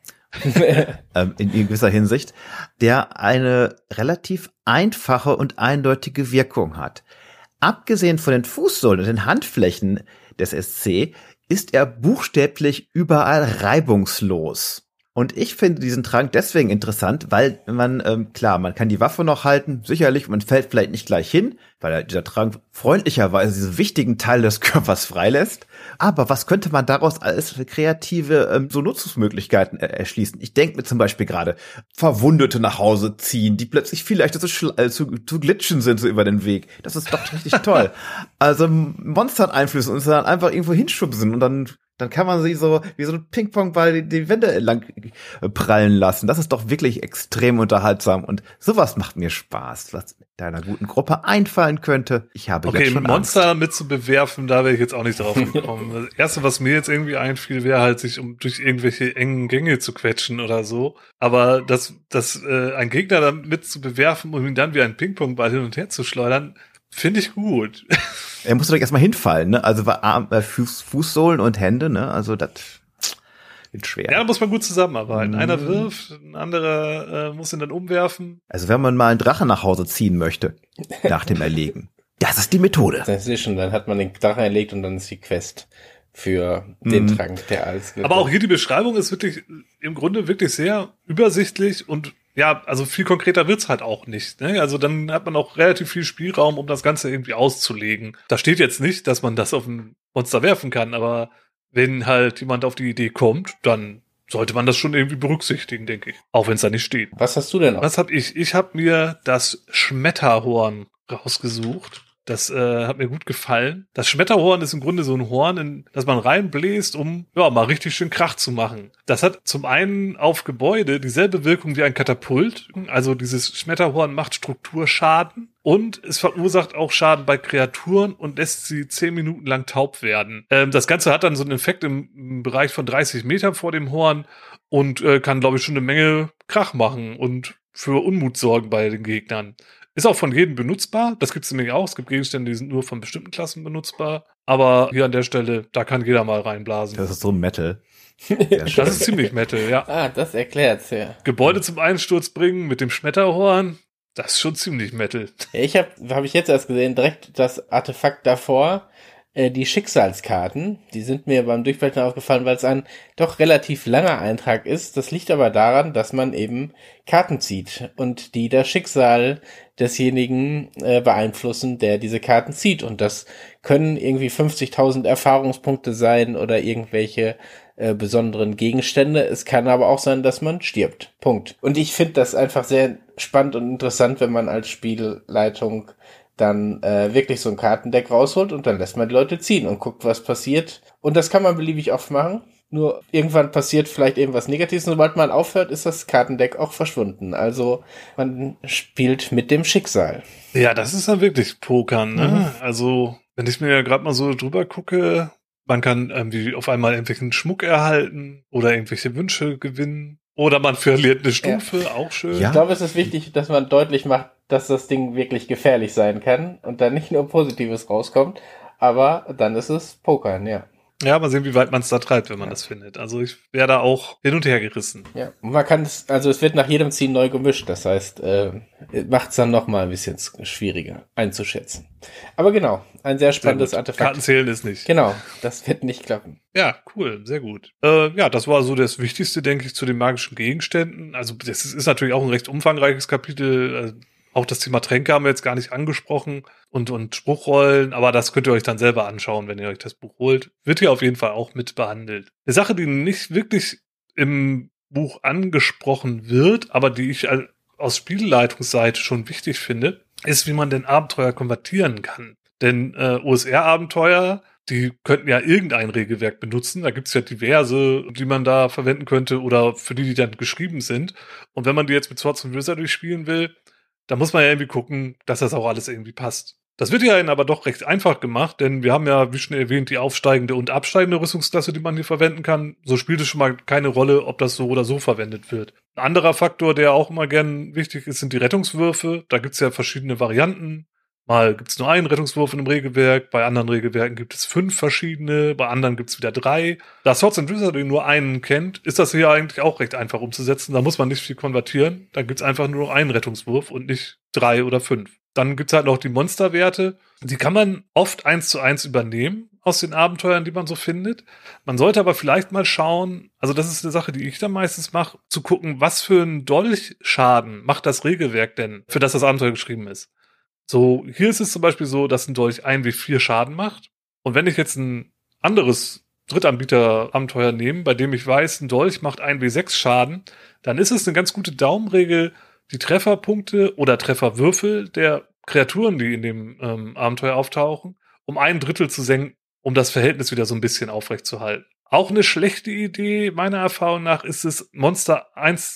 S3: In gewisser Hinsicht. Der eine relativ einfache und eindeutige Wirkung hat. Abgesehen von den Fußsohlen und den Handflächen des SC ist er buchstäblich überall reibungslos. Und ich finde diesen Trank deswegen interessant, weil man, klar, man kann die Waffe noch halten, sicherlich, man fällt vielleicht nicht gleich hin, weil dieser Trank freundlicherweise diese wichtigen Teile des Körpers freilässt. Aber was könnte man daraus als für kreative so Nutzungsmöglichkeiten erschließen? Ich denke mir zum Beispiel gerade, Verwundete nach Hause ziehen, die plötzlich vielleicht zu glitschen sind so über den Weg. Das ist doch richtig toll. Also Monstern einflößen und dann einfach irgendwo hinschubsen und dann Dann kann man sie so wie so ein Ping-Pong-Ball die Wände entlang prallen lassen. Das ist doch wirklich extrem unterhaltsam. Und sowas macht mir Spaß, was deiner guten Gruppe einfallen könnte. Ich habe jetzt schon
S1: Monster
S3: Angst.
S1: mit zu bewerfen, da wäre ich jetzt auch nicht drauf gekommen. Das Erste, was mir jetzt irgendwie einfiel, wäre halt, sich durch irgendwelche engen Gänge zu quetschen oder so. Aber ein Gegner damit zu bewerfen und ihn dann wie ein Ping-Pong-Ball hin und her zu schleudern, finde ich gut.
S3: Er musste doch erstmal hinfallen, ne? Also Fußsohlen und Hände, ne? Also das wird schwer.
S1: Ja, da muss man gut zusammenarbeiten. Einer wirft, ein anderer muss ihn dann umwerfen.
S3: Also wenn man mal einen Drachen nach Hause ziehen möchte, nach dem Erlegen. Das ist die Methode.
S2: Das ist schon, dann hat man den Drachen erlegt und dann ist die Quest für den Trank, der alles gibt.
S1: Aber auch hier die Beschreibung ist wirklich im Grunde wirklich sehr übersichtlich und ja, also viel konkreter wird's halt auch nicht. Ne? Also dann hat man auch relativ viel Spielraum, um das Ganze irgendwie auszulegen. Da steht jetzt nicht, dass man das auf ein Monster werfen kann, aber wenn halt jemand auf die Idee kommt, dann sollte man das schon irgendwie berücksichtigen, denke ich. Auch wenn es da nicht steht.
S2: Was hast du denn noch?
S1: Was hab ich? Ich habe mir das Schmetterhorn rausgesucht. Das hat mir gut gefallen. Das Schmetterhorn ist im Grunde so ein Horn, in das man reinbläst, um mal richtig schön Krach zu machen. Das hat zum einen auf Gebäude dieselbe Wirkung wie ein Katapult. Also dieses Schmetterhorn macht Strukturschaden und es verursacht auch Schaden bei Kreaturen und lässt sie 10 Minuten lang taub werden. Das Ganze hat dann so einen Effekt im Bereich von 30 Metern vor dem Horn und kann, glaube ich, schon eine Menge Krach machen und für Unmut sorgen bei den Gegnern. Ist auch von jedem benutzbar. Das gibt es nämlich auch. Es gibt Gegenstände, die sind nur von bestimmten Klassen benutzbar. Aber hier an der Stelle, da kann jeder mal reinblasen.
S3: Das ist so Metal.
S1: Das ist ziemlich Metal, ja.
S2: Ah, das erklärt's, ja.
S1: Gebäude zum Einsturz bringen mit dem Schmetterhorn, das ist schon ziemlich Metal.
S2: Ja, ich hab ich jetzt erst gesehen, direkt das Artefakt davor, die Schicksalskarten, die sind mir beim Durchblättern aufgefallen, weil es ein doch relativ langer Eintrag ist. Das liegt aber daran, dass man eben Karten zieht und die das Schicksal desjenigen beeinflussen, der diese Karten zieht. Und das können irgendwie 50.000 Erfahrungspunkte sein oder irgendwelche besonderen Gegenstände. Es kann aber auch sein, dass man stirbt. Punkt. Und ich finde das einfach sehr spannend und interessant, wenn man als Spielleitung dann wirklich so ein Kartendeck rausholt und dann lässt man die Leute ziehen und guckt, was passiert. Und das kann man beliebig oft machen. Nur irgendwann passiert vielleicht eben was Negatives und sobald man aufhört, ist das Kartendeck auch verschwunden. Also man spielt mit dem Schicksal.
S1: Ja, das ist dann wirklich Pokern, ne? Also, wenn ich mir ja gerade mal so drüber gucke, man kann irgendwie auf einmal irgendwelchen Schmuck erhalten oder irgendwelche Wünsche gewinnen. Oder man verliert eine Stufe, auch schön.
S3: Ja.
S2: Ich glaube, es ist wichtig, dass man deutlich macht, dass das Ding wirklich gefährlich sein kann und dann nicht nur Positives rauskommt, aber dann ist es Pokern, ja.
S1: Ja, mal sehen, wie weit man es da treibt, wenn man das findet. Also ich wäre da auch hin und her gerissen.
S2: Ja, und man kann es, also es wird nach jedem Ziehen neu gemischt, das heißt, macht es dann noch mal ein bisschen schwieriger einzuschätzen. Aber genau, ein sehr spannendes Artefakt.
S1: Kartenzählen ist nicht.
S2: Genau, das wird nicht klappen.
S1: Ja, cool, sehr gut. Ja, das war so das Wichtigste, denke ich, zu den magischen Gegenständen. Also das ist natürlich auch ein recht umfangreiches Kapitel. Auch das Thema Tränke haben wir jetzt gar nicht angesprochen und Spruchrollen, aber das könnt ihr euch dann selber anschauen, wenn ihr euch das Buch holt. Wird hier auf jeden Fall auch mit behandelt. Eine Sache, die nicht wirklich im Buch angesprochen wird, aber die ich aus Spielleitungsseite schon wichtig finde, ist, wie man denn Abenteuer konvertieren kann. Denn OSR-Abenteuer, die könnten ja irgendein Regelwerk benutzen. Da gibt's ja diverse, die man da verwenden könnte oder für die dann geschrieben sind. Und wenn man die jetzt mit Swords and Wizardry spielen will, da muss man ja irgendwie gucken, dass das auch alles irgendwie passt. Das wird ja aber doch recht einfach gemacht, denn wir haben ja, wie schon erwähnt, die aufsteigende und absteigende Rüstungsklasse, die man hier verwenden kann. So spielt es schon mal keine Rolle, ob das so oder so verwendet wird. Ein anderer Faktor, der auch immer gern wichtig ist, sind die Rettungswürfe. Da gibt's ja verschiedene Varianten. Mal gibt's nur einen Rettungswurf in einem Regelwerk, bei anderen Regelwerken gibt es 5 verschiedene, bei anderen gibt's wieder 3. Da Swords and Wizardry nur einen kennt, ist das hier eigentlich auch recht einfach umzusetzen. Da muss man nicht viel konvertieren. Da gibt's einfach nur einen Rettungswurf und nicht 3 oder 5. Dann gibt's halt noch die Monsterwerte. Die kann man oft 1:1 übernehmen aus den Abenteuern, die man so findet. Man sollte aber vielleicht mal schauen, also das ist eine Sache, die ich dann meistens mache, zu gucken, was für einen Dolchschaden macht das Regelwerk denn, für das Abenteuer geschrieben ist. So, hier ist es zum Beispiel so, dass ein Dolch 1W4 Schaden macht. Und wenn ich jetzt ein anderes Drittanbieter-Abenteuer nehme, bei dem ich weiß, ein Dolch macht 1W6 Schaden, dann ist es eine ganz gute Daumenregel, die Trefferpunkte oder Trefferwürfel der Kreaturen, die in dem Abenteuer auftauchen, um 1/3 zu senken, um das Verhältnis wieder so ein bisschen aufrechtzuerhalten. Auch eine schlechte Idee, meiner Erfahrung nach, ist es, Monster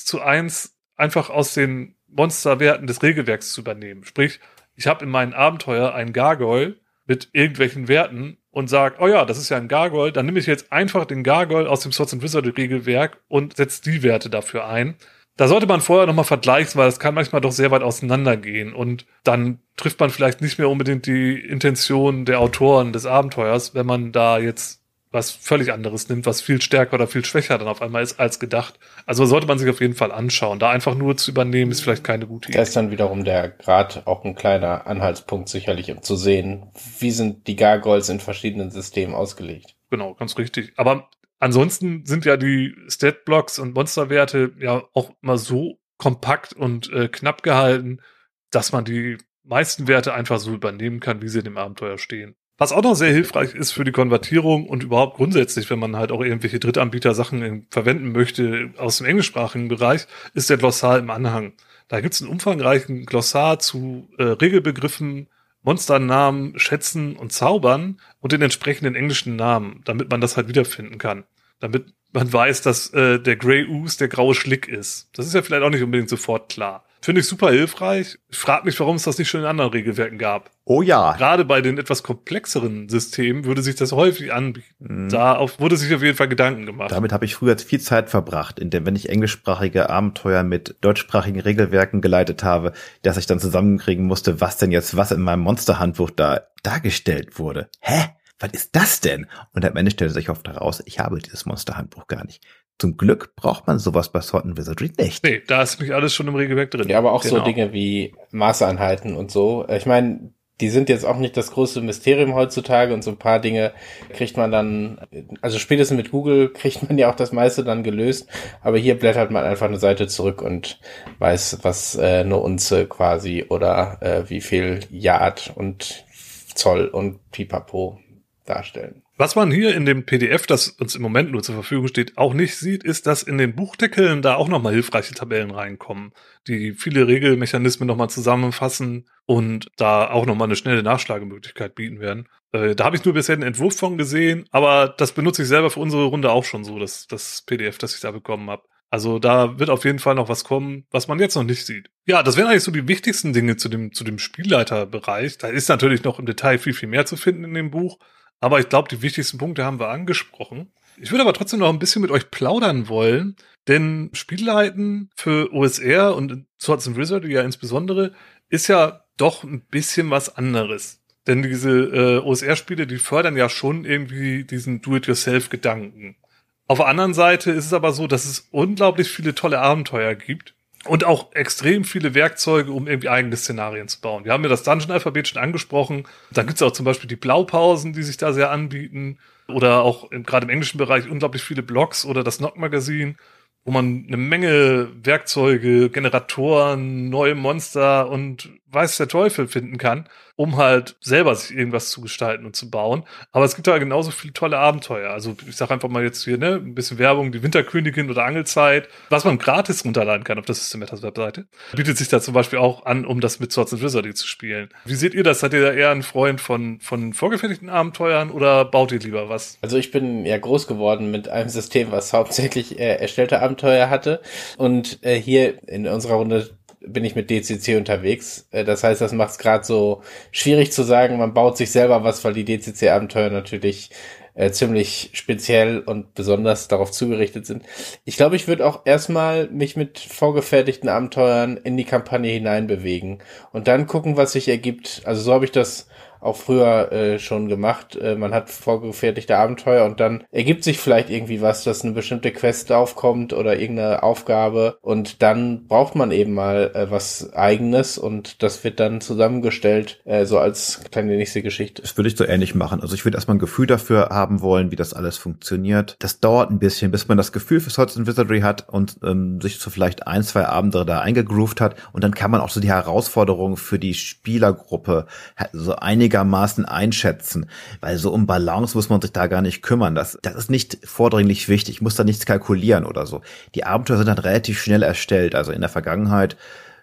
S1: 1:1 einfach aus den Monsterwerten des Regelwerks zu übernehmen. Sprich, ich habe in meinem Abenteuer einen Gargoyle mit irgendwelchen Werten und sage, oh ja, das ist ja ein Gargoyle, dann nehme ich jetzt einfach den Gargoyle aus dem Swords and Wizardry Regelwerk und setze die Werte dafür ein. Da sollte man vorher nochmal vergleichen, weil das kann manchmal doch sehr weit auseinandergehen und dann trifft man vielleicht nicht mehr unbedingt die Intention der Autoren des Abenteuers, wenn man da jetzt was völlig anderes nimmt, was viel stärker oder viel schwächer dann auf einmal ist als gedacht. Also sollte man sich auf jeden Fall anschauen. Da einfach nur zu übernehmen, ist vielleicht keine gute Idee.
S2: Da ist dann wiederum der Grad auch ein kleiner Anhaltspunkt sicherlich, um zu sehen, wie sind die Gargoyles in verschiedenen Systemen ausgelegt.
S1: Genau, ganz richtig. Aber ansonsten sind ja die Stat-Blocks und Monsterwerte ja auch immer so kompakt und knapp gehalten, dass man die meisten Werte einfach so übernehmen kann, wie sie in dem Abenteuer stehen. Was auch noch sehr hilfreich ist für die Konvertierung und überhaupt grundsätzlich, wenn man halt auch irgendwelche Drittanbieter-Sachen verwenden möchte aus dem englischsprachigen Bereich, ist der Glossar im Anhang. Da gibt es einen umfangreichen Glossar zu Regelbegriffen, Monsternamen, Schätzen und Zaubern und den entsprechenden englischen Namen, damit man das halt wiederfinden kann. Damit man weiß, dass der Grey Ooze der graue Schlick ist. Das ist ja vielleicht auch nicht unbedingt sofort klar. Finde ich super hilfreich. Ich frage mich, warum es das nicht schon in anderen Regelwerken gab.
S3: Oh ja.
S1: Gerade bei den etwas komplexeren Systemen würde sich das häufig anbieten. Da wurde sich auf jeden Fall Gedanken gemacht.
S3: Damit habe ich früher viel Zeit verbracht, wenn ich englischsprachige Abenteuer mit deutschsprachigen Regelwerken geleitet habe, dass ich dann zusammenkriegen musste, was denn jetzt was in meinem Monsterhandbuch da dargestellt wurde. Hä? Was ist das denn? Und am Ende stellte sich oft heraus, ich habe dieses Monsterhandbuch gar nicht. Zum Glück braucht man sowas bei Sword and Wizardry nicht.
S1: Nee, da ist nämlich alles schon im Regelwerk drin.
S2: Ja, aber auch so Dinge wie Maßeinheiten und so. Ich meine, die sind jetzt auch nicht das größte Mysterium heutzutage und so ein paar Dinge kriegt man dann, also spätestens mit Google kriegt man ja auch das meiste dann gelöst, aber hier blättert man einfach eine Seite zurück und weiß, was eine Unze quasi oder wie viel Yard und Zoll und Pipapo darstellen.
S1: Was man hier in dem PDF, das uns im Moment nur zur Verfügung steht, auch nicht sieht, ist, dass in den Buchdeckeln da auch nochmal hilfreiche Tabellen reinkommen, die viele Regelmechanismen nochmal zusammenfassen und da auch nochmal eine schnelle Nachschlagemöglichkeit bieten werden. Da habe ich nur bisher einen Entwurf von gesehen, aber das benutze ich selber für unsere Runde auch schon so, das PDF, das ich da bekommen habe. Also da wird auf jeden Fall noch was kommen, was man jetzt noch nicht sieht. Ja, das wären eigentlich so die wichtigsten Dinge zu dem Spielleiterbereich. Da ist natürlich noch im Detail viel, viel mehr zu finden in dem Buch. Aber ich glaube, die wichtigsten Punkte haben wir angesprochen. Ich würde aber trotzdem noch ein bisschen mit euch plaudern wollen, denn Spielleiten für OSR und Swords and Wizardry ja insbesondere ist ja doch ein bisschen was anderes. Denn diese OSR-Spiele, die fördern ja schon irgendwie diesen Do-it-yourself-Gedanken. Auf der anderen Seite ist es aber so, dass es unglaublich viele tolle Abenteuer gibt. Und auch extrem viele Werkzeuge, um irgendwie eigene Szenarien zu bauen. Wir haben ja das Dungeon-Alphabet schon angesprochen. Da gibt's auch zum Beispiel die Blaupausen, die sich da sehr anbieten. Oder auch gerade im englischen Bereich unglaublich viele Blogs oder das Nock-Magazin, wo man eine Menge Werkzeuge, Generatoren, neue Monster und weiß der Teufel finden kann, um halt selber sich irgendwas zu gestalten und zu bauen. Aber es gibt da genauso viele tolle Abenteuer. Also ich sage einfach mal jetzt hier, ein bisschen Werbung, die Winterkönigin oder Angelzeit, was man gratis runterladen kann auf der System Matters Webseite. Bietet sich da zum Beispiel auch an, um das mit Swords and Wizardry zu spielen. Wie seht ihr das? Seid ihr da eher ein Freund von vorgefertigten Abenteuern oder baut ihr lieber was?
S2: Also ich bin ja groß geworden mit einem System, was hauptsächlich erstellte Abenteuer hatte. Und hier in unserer Runde bin ich mit DCC unterwegs. Das heißt, das macht es gerade so schwierig zu sagen, man baut sich selber was, weil die DCC-Abenteuer natürlich ziemlich speziell und besonders darauf zugerichtet sind. Ich glaube, ich würde auch erstmal mich mit vorgefertigten Abenteuern in die Kampagne hineinbewegen und dann gucken, was sich ergibt. Also so habe ich das auch früher schon gemacht. Man hat vorgefertigte Abenteuer und dann ergibt sich vielleicht irgendwie was, dass eine bestimmte Quest aufkommt oder irgendeine Aufgabe und dann braucht man eben mal was Eigenes und das wird dann zusammengestellt, so als kleine nächste Geschichte.
S3: Das würde ich so ähnlich machen. Also ich würde erstmal ein Gefühl dafür haben wollen, wie das alles funktioniert. Das dauert ein bisschen, bis man das Gefühl für Swords and Wizardry hat und sich so vielleicht 1, 2 Abende da eingegroovt hat und dann kann man auch so die Herausforderungen für die Spielergruppe so einigermaßen einschätzen, weil so um Balance muss man sich da gar nicht kümmern. Das ist nicht vordringlich wichtig. Ich muss da nichts kalkulieren oder so. Die Abenteuer sind dann relativ schnell erstellt. Also in der Vergangenheit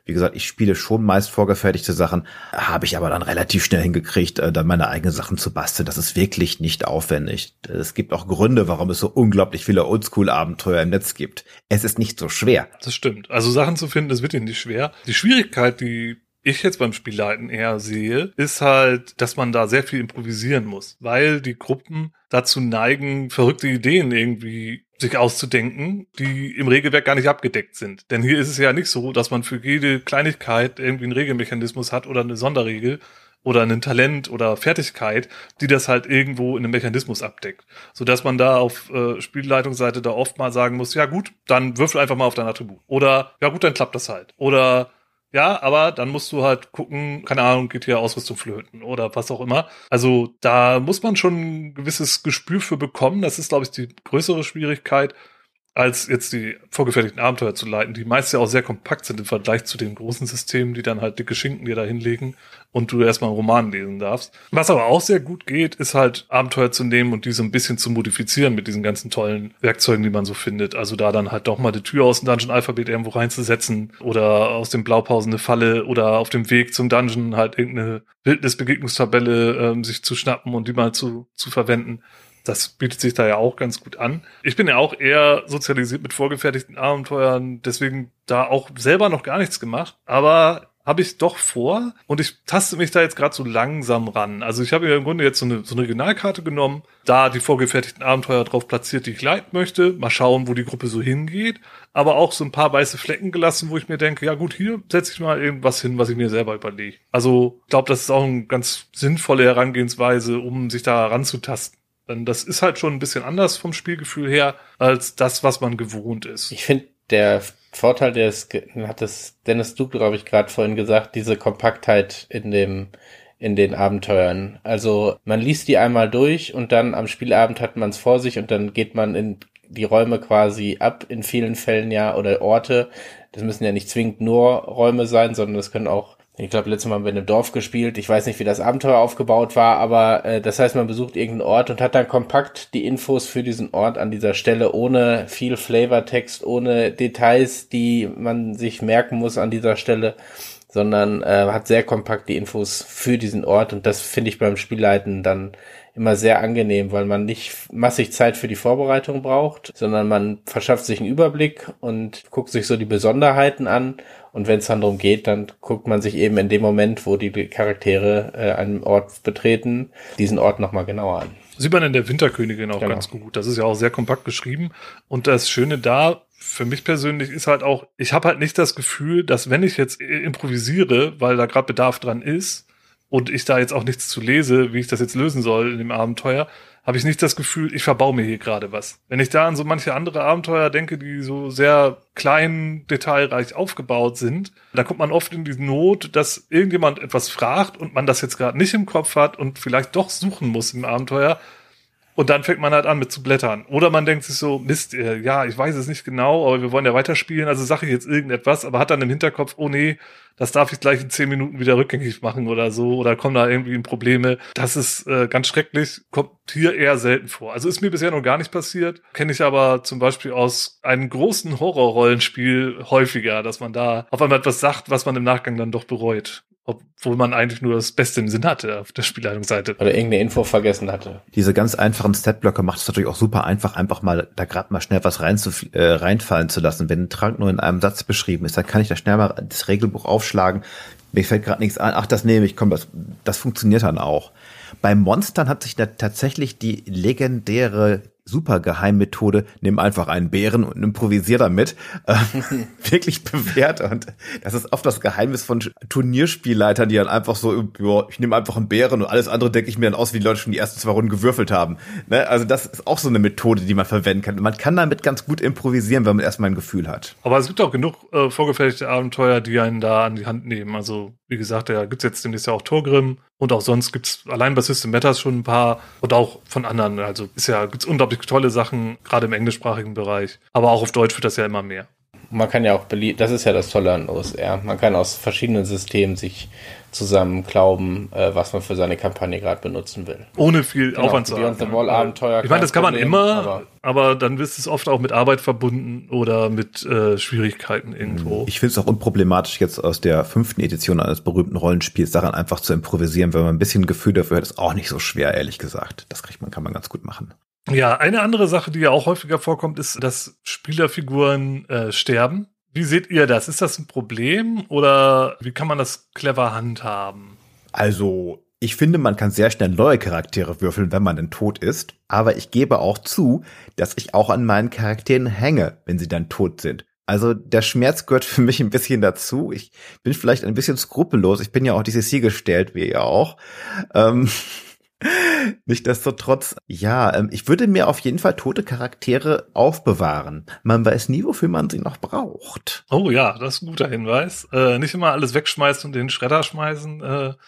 S3: Wie gesagt, ich spiele schon meist vorgefertigte Sachen, habe ich aber dann relativ schnell hingekriegt, dann meine eigenen Sachen zu basteln. Das ist wirklich nicht aufwendig. Es gibt auch Gründe, warum es so unglaublich viele Oldschool-Abenteuer im Netz gibt. Es ist nicht so schwer.
S1: Das stimmt. Also Sachen zu finden, das wird nicht schwer. Die Schwierigkeit, die ich jetzt beim Spielleiten eher sehe, ist halt, dass man da sehr viel improvisieren muss, weil die Gruppen dazu neigen, verrückte Ideen irgendwie sich auszudenken, die im Regelwerk gar nicht abgedeckt sind. Denn hier ist es ja nicht so, dass man für jede Kleinigkeit irgendwie einen Regelmechanismus hat oder eine Sonderregel oder ein Talent oder Fertigkeit, die das halt irgendwo in einem Mechanismus abdeckt. Sodass man da auf Spielleitungsseite da oft mal sagen muss, ja gut, dann würfel einfach mal auf dein Attribut. Oder, ja gut, dann klappt das halt. Oder, ja, aber dann musst du halt gucken, keine Ahnung, geht hier Ausrüstung flöten oder was auch immer. Also da muss man schon ein gewisses Gespür für bekommen. Das ist, glaube ich, die größere Schwierigkeit, als jetzt die vorgefertigten Abenteuer zu leiten, die meist ja auch sehr kompakt sind im Vergleich zu den großen Systemen, die dann halt dicke Schinken dir da hinlegen und du erstmal einen Roman lesen darfst. Was aber auch sehr gut geht, ist halt Abenteuer zu nehmen und die so ein bisschen zu modifizieren mit diesen ganzen tollen Werkzeugen, die man so findet. Also da dann halt doch mal die Tür aus dem Dungeon-Alphabet irgendwo reinzusetzen oder aus den Blaupausen eine Falle oder auf dem Weg zum Dungeon halt irgendeine Wildnisbegegnungstabelle sich zu schnappen und die mal zu verwenden. Das bietet sich da ja auch ganz gut an. Ich bin ja auch eher sozialisiert mit vorgefertigten Abenteuern, deswegen da auch selber noch gar nichts gemacht, aber habe ich doch vor und ich taste mich da jetzt gerade so langsam ran. Also ich habe mir im Grunde jetzt so eine Regionalkarte genommen, da die vorgefertigten Abenteuer drauf platziert, die ich leiten möchte, mal schauen, wo die Gruppe so hingeht, aber auch so ein paar weiße Flecken gelassen, wo ich mir denke, ja gut, hier setze ich mal irgendwas hin, was ich mir selber überlege. Also ich glaube, das ist auch eine ganz sinnvolle Herangehensweise, um sich da ranzutasten. Denn das ist halt schon ein bisschen anders vom Spielgefühl her, als das, was man gewohnt ist.
S2: Ich finde, der Vorteil, hat das Dennis du, glaube ich, gerade vorhin gesagt, diese Kompaktheit in den Abenteuern. Also man liest die einmal durch und dann am Spielabend hat man es vor sich und dann geht man in die Räume quasi ab, in vielen Fällen ja, oder Orte. Das müssen ja nicht zwingend nur Räume sein, sondern das können auch, ich glaube, letztes Mal haben wir in einem Dorf gespielt. Ich weiß nicht, wie das Abenteuer aufgebaut war, aber das heißt, man besucht irgendeinen Ort und hat dann kompakt die Infos für diesen Ort an dieser Stelle, ohne viel Flavortext, ohne Details, die man sich merken muss an dieser Stelle, sondern hat sehr kompakt die Infos für diesen Ort. Und das finde ich beim Spielleiten dann immer sehr angenehm, weil man nicht massig Zeit für die Vorbereitung braucht, sondern man verschafft sich einen Überblick und guckt sich so die Besonderheiten an. Und wenn es dann darum geht, dann guckt man sich eben in dem Moment, wo die Charaktere einen Ort betreten, diesen Ort nochmal genauer an.
S1: Sieht man in der Winterkönigin auch ganz gut. Das ist ja auch sehr kompakt geschrieben. Und das Schöne da, für mich persönlich, ist halt auch, ich habe halt nicht das Gefühl, dass wenn ich jetzt improvisiere, weil da gerade Bedarf dran ist und ich da jetzt auch nichts zu lese, wie ich das jetzt lösen soll in dem Abenteuer, habe ich nicht das Gefühl, ich verbaue mir hier gerade was. Wenn ich da an so manche andere Abenteuer denke, die so sehr klein, detailreich aufgebaut sind, da kommt man oft in die Not, dass irgendjemand etwas fragt und man das jetzt gerade nicht im Kopf hat und vielleicht doch suchen muss im Abenteuer. Und dann fängt man halt an mit zu blättern. Oder man denkt sich so, Mist, ja, ich weiß es nicht genau, aber wir wollen ja weiterspielen, also sage ich jetzt irgendetwas, aber hat dann im Hinterkopf, oh nee, das darf ich gleich in 10 Minuten wieder rückgängig machen oder so, oder kommen da irgendwie in Probleme. Das ist ganz schrecklich, kommt hier eher selten vor. Also ist mir bisher noch gar nicht passiert, kenne ich aber zum Beispiel aus einem großen Horrorrollenspiel häufiger, dass man da auf einmal etwas sagt, was man im Nachgang dann doch bereut. Obwohl man eigentlich nur das Beste im Sinn hatte auf der Spielleitungsseite.
S2: Oder irgendeine Info vergessen hatte.
S3: Diese ganz einfachen Statblöcke macht es natürlich auch super einfach, einfach mal da gerade mal schnell was reinfallen zu lassen. Wenn ein Trank nur in einem Satz beschrieben ist, dann kann ich da schnell mal das Regelbuch aufschlagen. Mir fällt gerade nichts ein. Ach, das nehme ich. Komm, das funktioniert dann auch. Bei Monstern hat sich da tatsächlich die legendäre Supergeheimmethode, nimm einfach einen Bären und improvisier damit, wirklich bewährt. Und das ist oft das Geheimnis von Turnierspielleitern, die dann einfach so, ja, ich nehme einfach einen Bären und alles andere denke ich mir dann aus, wie die Leute schon die ersten 2 Runden gewürfelt haben. Ne? Also das ist auch so eine Methode, die man verwenden kann. Man kann damit ganz gut improvisieren, wenn man erstmal ein Gefühl hat.
S1: Aber es gibt auch genug vorgefertigte Abenteuer, die einen da an die Hand nehmen. Also wie gesagt, da gibt's jetzt demnächst ja auch Torgrim. Und auch sonst gibt's allein bei System Matters schon ein paar und auch von anderen. Also gibt's unglaublich tolle Sachen, gerade im englischsprachigen Bereich. Aber auch auf Deutsch wird das ja immer mehr.
S2: Man kann ja auch das ist ja das Tolle an OSR. Man kann aus verschiedenen Systemen sich zusammenklauben, was man für seine Kampagne gerade benutzen will.
S1: Ohne viel Aufwand zu haben.
S2: Beyond the Wall Abenteuer.
S1: Ich meine, das kann man immer, aber dann ist es oft auch mit Arbeit verbunden oder mit Schwierigkeiten irgendwo.
S3: Ich finde es auch unproblematisch, jetzt aus der 5. Edition eines berühmten Rollenspiels daran einfach zu improvisieren, wenn man ein bisschen Gefühl dafür hat, ist auch nicht so schwer, ehrlich gesagt. Das kann man ganz gut machen.
S1: Ja, eine andere Sache, die ja auch häufiger vorkommt, ist, dass Spielerfiguren sterben. Wie seht ihr das? Ist das ein Problem oder wie kann man das clever handhaben?
S3: Also, ich finde, man kann sehr schnell neue Charaktere würfeln, wenn man denn tot ist. Aber ich gebe auch zu, dass ich auch an meinen Charakteren hänge, wenn sie dann tot sind. Also, der Schmerz gehört für mich ein bisschen dazu. Ich bin vielleicht ein bisschen skrupellos. Ich bin ja auch DCC gestellt, wie ihr auch. Nichtsdestotrotz, ja, ich würde mir auf jeden Fall tote Charaktere aufbewahren. Man weiß nie, wofür man sie noch braucht.
S1: Oh ja, das ist ein guter Hinweis. Nicht immer alles wegschmeißen und in den Schredder schmeißen.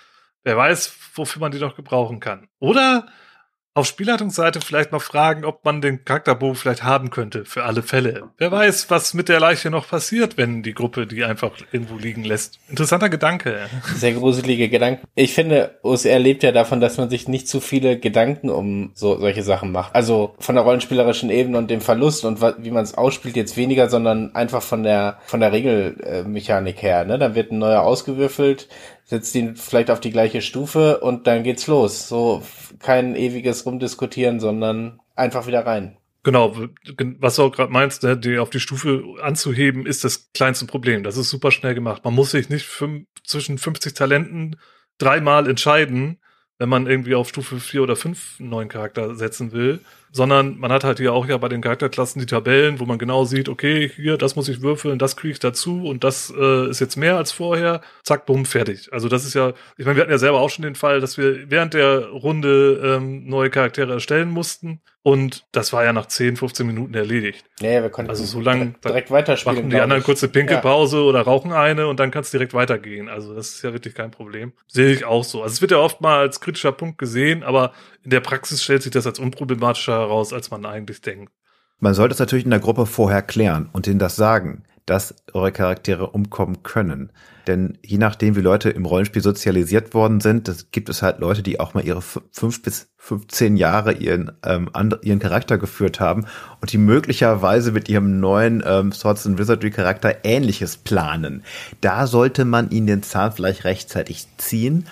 S1: Wer weiß, wofür man die noch gebrauchen kann. Oder auf Spielleitungsseite vielleicht noch fragen, ob man den Charakterbogen vielleicht haben könnte, für alle Fälle. Wer weiß, was mit der Leiche noch passiert, wenn die Gruppe die einfach irgendwo liegen lässt. Interessanter Gedanke.
S2: Sehr gruselige Gedanken. Ich finde, OSR lebt ja davon, dass man sich nicht zu viele Gedanken um solche Sachen macht. Also von der rollenspielerischen Ebene und dem Verlust und wie man es ausspielt jetzt weniger, sondern einfach von der Regelmechanik her. Ne? Dann wird ein neuer ausgewürfelt, setzt ihn vielleicht auf die gleiche Stufe und dann geht's los. So kein ewiges Rumdiskutieren, sondern einfach wieder rein.
S1: Genau, was du auch gerade meinst, die auf die Stufe anzuheben, ist das kleinste Problem. Das ist super schnell gemacht. Man muss sich nicht zwischen 50 Talenten 3-mal entscheiden, wenn man irgendwie auf Stufe 4 oder 5 einen neuen Charakter setzen will, sondern man hat halt hier auch ja bei den Charakterklassen die Tabellen, wo man genau sieht, okay, hier, das muss ich würfeln, das kriege ich dazu und das ist jetzt mehr als vorher, zack, bumm, fertig. Also das ist ja, ich meine, wir hatten ja selber auch schon den Fall, dass wir während der Runde neue Charaktere erstellen mussten und das war ja nach 10, 15 Minuten erledigt.
S2: Ja, wir konnten
S1: also so lange
S2: direkt weiterspielen.
S1: Machen die anderen kurze Pinkelpause oder rauchen eine und dann kann es direkt weitergehen. Also das ist ja wirklich kein Problem. Sehe ich auch so. Also es wird ja oft mal als kritischer Punkt gesehen, aber in der Praxis stellt sich das als unproblematischer heraus, als man eigentlich denkt.
S3: Man sollte es natürlich in der Gruppe vorher klären und denen das sagen, dass eure Charaktere umkommen können. Denn je nachdem, wie Leute im Rollenspiel sozialisiert worden sind, gibt es halt Leute, die auch mal ihre 5 bis 15 Jahre ihren Charakter geführt haben und die möglicherweise mit ihrem neuen Swords and Wizardry Charakter Ähnliches planen. Da sollte man ihnen den Zahn vielleicht rechtzeitig ziehen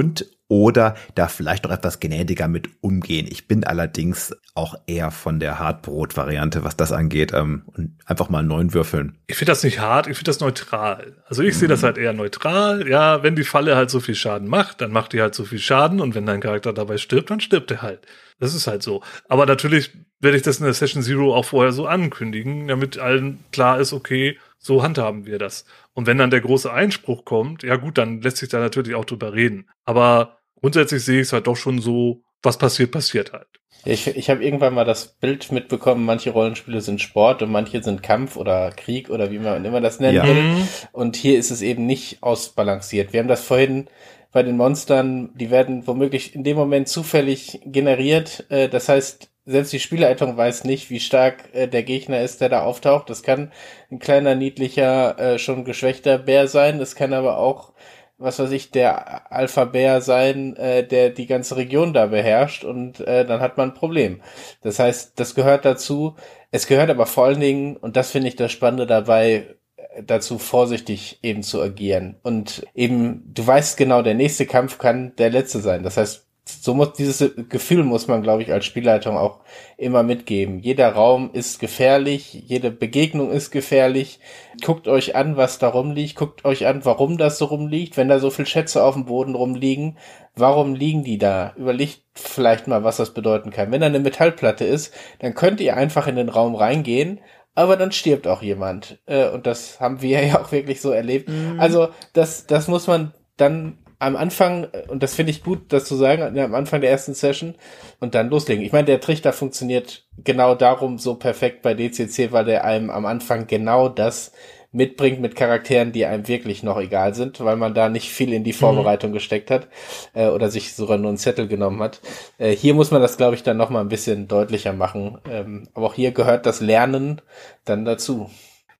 S3: oder da vielleicht noch etwas gnädiger mit umgehen. Ich bin allerdings auch eher von der Hartbrot-Variante, was das angeht, und einfach mal 9 würfeln.
S1: Ich finde das nicht hart, ich finde das neutral. Also ich sehe das halt eher neutral. Ja, wenn die Falle halt so viel Schaden macht, dann macht die halt so viel Schaden und wenn dein Charakter dabei stirbt, dann stirbt er halt. Das ist halt so. Aber natürlich werde ich das in der Session Zero auch vorher so ankündigen, damit allen klar ist, okay, so handhaben wir das. Und wenn dann der große Einspruch kommt, ja gut, dann lässt sich da natürlich auch drüber reden. Aber grundsätzlich sehe ich es halt doch schon so, was passiert, passiert halt.
S2: Ich habe irgendwann mal das Bild mitbekommen, manche Rollenspiele sind Sport und manche sind Kampf oder Krieg oder wie man immer das nennen will. Und hier ist es eben nicht ausbalanciert. Wir haben das vorhin bei den Monstern, die werden womöglich in dem Moment zufällig generiert. Das heißt, selbst die Spielleitung weiß nicht, wie stark der Gegner ist, der da auftaucht. Das kann ein kleiner, niedlicher, schon geschwächter Bär sein. Das kann aber auch, was weiß ich, der Alpha-Bär sein, der die ganze Region da beherrscht. Und dann hat man ein Problem. Das heißt, das gehört dazu. Es gehört aber vor allen Dingen, und das finde ich das Spannende dabei, dazu vorsichtig eben zu agieren. Und eben, du weißt genau, der nächste Kampf kann der letzte sein. Das heißt, dieses Gefühl muss man, glaube ich, als Spielleitung auch immer mitgeben. Jeder Raum ist gefährlich, jede Begegnung ist gefährlich. Guckt euch an, was da rumliegt. Guckt euch an, warum das so rumliegt. Wenn da so viel Schätze auf dem Boden rumliegen, warum liegen die da? Überlegt vielleicht mal, was das bedeuten kann. Wenn da eine Metallplatte ist, dann könnt ihr einfach in den Raum reingehen, aber dann stirbt auch jemand. Und das haben wir ja auch wirklich so erlebt. Also das muss man dann am Anfang, und das finde ich gut, das zu sagen, am Anfang der ersten Session und dann loslegen. Ich meine, der Trichter funktioniert genau darum so perfekt bei DCC, weil der einem am Anfang genau das mitbringt mit Charakteren, die einem wirklich noch egal sind, weil man da nicht viel in die Vorbereitung gesteckt hat oder sich sogar nur einen Zettel genommen hat. Hier muss man das, glaube ich, dann noch mal ein bisschen deutlicher machen. Aber auch hier gehört das Lernen dann dazu.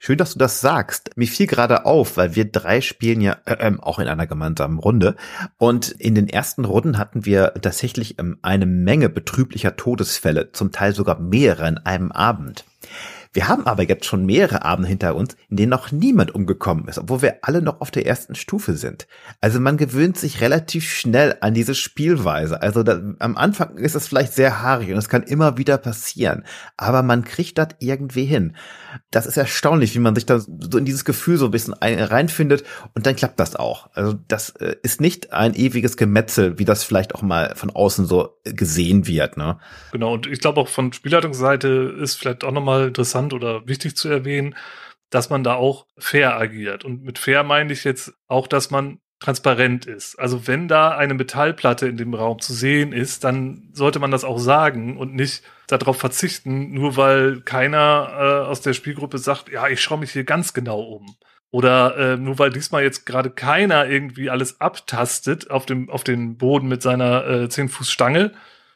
S3: Schön, dass du das sagst. Mir fiel gerade auf, weil wir 3 spielen ja auch in einer gemeinsamen Runde. Und in den ersten Runden hatten wir tatsächlich eine Menge betrüblicher Todesfälle, zum Teil sogar mehrere in einem Abend. Wir haben aber jetzt schon mehrere Abende hinter uns, in denen noch niemand umgekommen ist, obwohl wir alle noch auf der ersten Stufe sind. Also man gewöhnt sich relativ schnell an diese Spielweise. Also am Anfang ist es vielleicht sehr haarig und es kann immer wieder passieren, aber man kriegt das irgendwie hin. Das ist erstaunlich, wie man sich da so in dieses Gefühl so ein bisschen reinfindet und dann klappt das auch. Also das ist nicht ein ewiges Gemetzel, wie das vielleicht auch mal von außen so gesehen wird, ne?
S1: Genau, und ich glaube auch von Spielleitungsseite ist vielleicht auch nochmal interessant oder wichtig zu erwähnen, dass man da auch fair agiert. Und mit fair meine ich jetzt auch, dass man transparent ist. Also wenn da eine Metallplatte in dem Raum zu sehen ist, dann sollte man das auch sagen und nicht darauf verzichten, nur weil keiner aus der Spielgruppe sagt, ja, ich schaue mich hier ganz genau um. Oder nur weil diesmal jetzt gerade keiner irgendwie alles abtastet auf den Boden mit seiner 10-Fuß-Stange,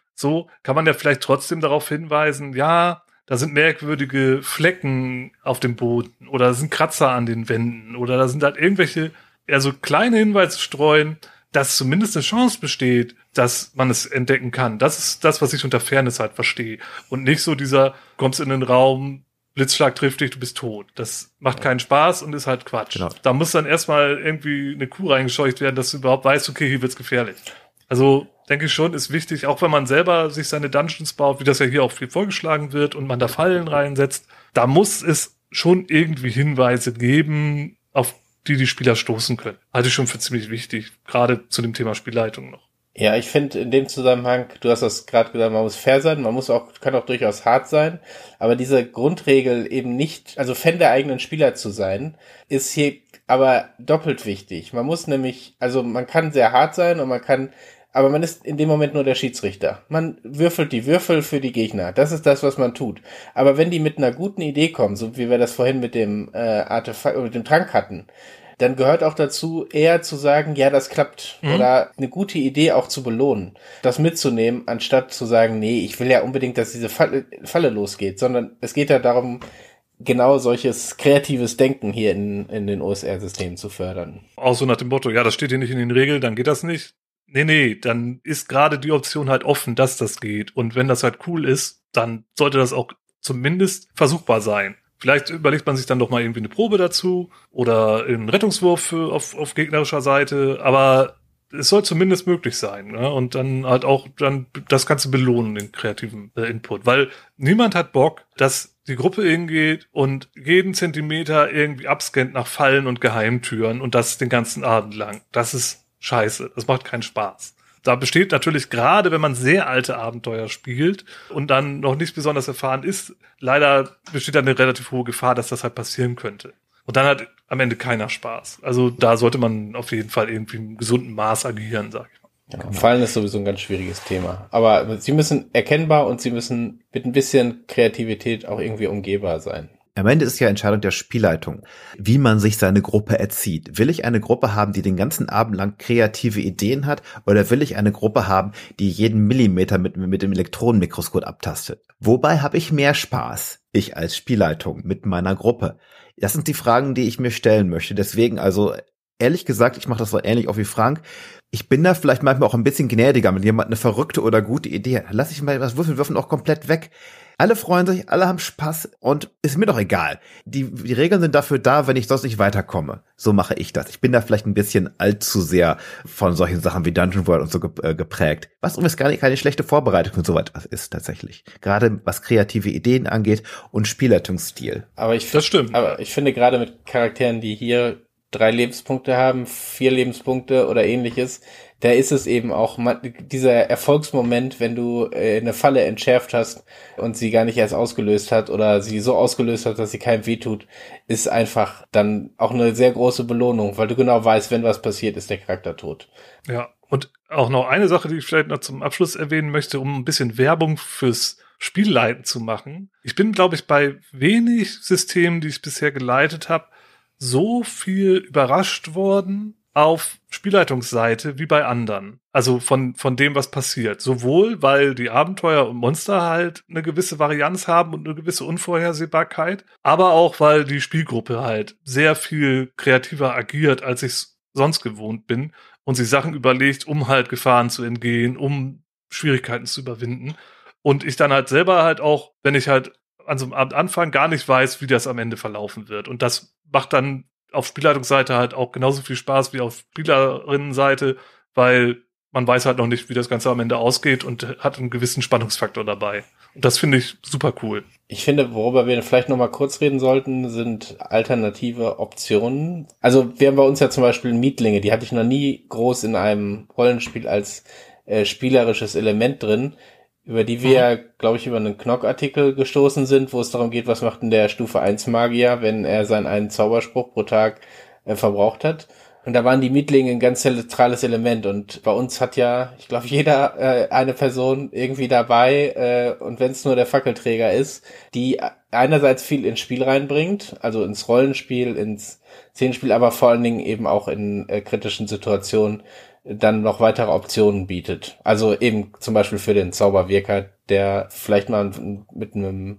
S1: so kann man ja vielleicht trotzdem darauf hinweisen, ja, da sind merkwürdige Flecken auf dem Boden oder da sind Kratzer an den Wänden oder da sind halt irgendwelche, eher so kleine Hinweise streuen, dass zumindest eine Chance besteht, dass man es entdecken kann. Das ist das, was ich unter Fairness halt verstehe. Und nicht so dieser, kommst in den Raum, Blitzschlag trifft dich, du bist tot. Das macht keinen Spaß und ist halt Quatsch. Genau. Da muss dann erstmal irgendwie eine Kuh reingescheucht werden, dass du überhaupt weißt, okay, hier wird's gefährlich. Also denke ich schon, ist wichtig, auch wenn man selber sich seine Dungeons baut, wie das ja hier auch viel vorgeschlagen wird und man da Fallen reinsetzt, da muss es schon irgendwie Hinweise geben, auf die Spieler stoßen können. Halte ich schon für ziemlich wichtig, gerade zu dem Thema Spielleitung noch.
S2: Ja, ich finde in dem Zusammenhang, du hast das gerade gesagt, man muss fair sein, kann auch durchaus hart sein, aber diese Grundregel eben nicht, also Fan der eigenen Spieler zu sein, ist hier aber doppelt wichtig. Man muss nämlich, also man kann sehr hart sein und aber man ist in dem Moment nur der Schiedsrichter. Man würfelt die Würfel für die Gegner. Das ist das, was man tut. Aber wenn die mit einer guten Idee kommen, so wie wir das vorhin mit dem Artefakt, mit dem Trank hatten, dann gehört auch dazu, eher zu sagen, ja, das klappt. Oder eine gute Idee auch zu belohnen. Das mitzunehmen, anstatt zu sagen, nee, ich will ja unbedingt, dass diese Falle losgeht. Sondern es geht ja darum, genau solches kreatives Denken hier in den OSR-Systemen zu fördern.
S1: Auch so nach dem Motto, ja, das steht hier nicht in den Regeln, dann geht das nicht. Nee, dann ist gerade die Option halt offen, dass das geht. Und wenn das halt cool ist, dann sollte das auch zumindest versuchbar sein. Vielleicht überlegt man sich dann doch mal irgendwie eine Probe dazu oder einen Rettungswurf auf gegnerischer Seite, aber es soll zumindest möglich sein, ne? Und dann halt auch dann das Ganze belohnen, den kreativen Input. Weil niemand hat Bock, dass die Gruppe hingeht und jeden Zentimeter irgendwie abscannt nach Fallen und Geheimtüren und das den ganzen Abend lang. Das ist scheiße, das macht keinen Spaß. Da besteht natürlich, gerade wenn man sehr alte Abenteuer spielt und dann noch nicht besonders erfahren ist, leider besteht da eine relativ hohe Gefahr, dass das halt passieren könnte. Und dann hat am Ende keiner Spaß. Also da sollte man auf jeden Fall irgendwie im gesunden Maß agieren, sag ich mal.
S2: Ja, Fallen ist sowieso ein ganz schwieriges Thema. Aber sie müssen erkennbar und sie müssen mit ein bisschen Kreativität auch irgendwie umgehbar sein.
S3: Am Ende ist ja Entscheidung der Spielleitung, wie man sich seine Gruppe erzieht. Will ich eine Gruppe haben, die den ganzen Abend lang kreative Ideen hat, oder will ich eine Gruppe haben, die jeden Millimeter mit dem Elektronenmikroskop abtastet? Wobei habe ich mehr Spaß? Ich als Spielleitung mit meiner Gruppe. Das sind die Fragen, die ich mir stellen möchte. Deswegen also, ehrlich gesagt, ich mache das so ähnlich auch wie Frank. Ich bin da vielleicht manchmal auch ein bisschen gnädiger, wenn jemand eine verrückte oder gute Idee hat. Lass ich mal das Würfeln auch komplett weg. Alle freuen sich, alle haben Spaß und ist mir doch egal. Die Regeln sind dafür da, wenn ich sonst nicht weiterkomme. So mache ich das. Ich bin da vielleicht ein bisschen allzu sehr von solchen Sachen wie Dungeon World und so geprägt. Was übrigens gar nicht keine schlechte Vorbereitung und so weiter ist tatsächlich. Gerade was kreative Ideen angeht und Spielleitungsstil.
S2: Das stimmt. Aber ich finde gerade mit Charakteren, die hier 3 Lebenspunkte haben, 4 Lebenspunkte oder ähnliches, da ist es eben auch dieser Erfolgsmoment, wenn du eine Falle entschärft hast und sie gar nicht erst ausgelöst hat oder sie so ausgelöst hat, dass sie keinem wehtut, ist einfach dann auch eine sehr große Belohnung, weil du genau weißt, wenn was passiert, ist der Charakter tot.
S1: Ja, und auch noch eine Sache, die ich vielleicht noch zum Abschluss erwähnen möchte, um ein bisschen Werbung fürs Spielleiten zu machen. Ich bin, glaube ich, bei wenig Systemen, die ich bisher geleitet habe, so viel überrascht worden auf Spielleitungsseite wie bei anderen. Also von dem, was passiert. Sowohl, weil die Abenteuer und Monster halt eine gewisse Varianz haben und eine gewisse Unvorhersehbarkeit, aber auch, weil die Spielgruppe halt sehr viel kreativer agiert, als ich es sonst gewohnt bin und sich Sachen überlegt, um halt Gefahren zu entgehen, um Schwierigkeiten zu überwinden. Und ich dann halt selber halt auch, wenn ich halt an so einem Abend anfange, gar nicht weiß, wie das am Ende verlaufen wird. Und das macht dann auf Spielleitungsseite halt auch genauso viel Spaß wie auf Spielerinnenseite, weil man weiß halt noch nicht, wie das Ganze am Ende ausgeht und hat einen gewissen Spannungsfaktor dabei. Und das finde ich super cool.
S2: Ich finde, worüber wir vielleicht noch mal kurz reden sollten, sind alternative Optionen. Also wir haben bei uns ja zum Beispiel Mietlinge, die hatte ich noch nie groß in einem Rollenspiel als spielerisches Element drin, über die wir, glaube ich, über einen Knock-Artikel gestoßen sind, wo es darum geht, was macht denn der Stufe 1 Magier, wenn er seinen einen Zauberspruch pro Tag verbraucht hat. Und da waren die Mietlinge ein ganz zentrales Element. Und bei uns hat ja, ich glaube, jeder eine Person irgendwie dabei, und wenn es nur der Fackelträger ist, die einerseits viel ins Spiel reinbringt, also ins Rollenspiel, ins Szenenspiel, aber vor allen Dingen eben auch in kritischen Situationen dann noch weitere Optionen bietet. Also eben zum Beispiel für den Zauberwirker, der vielleicht mal mit einem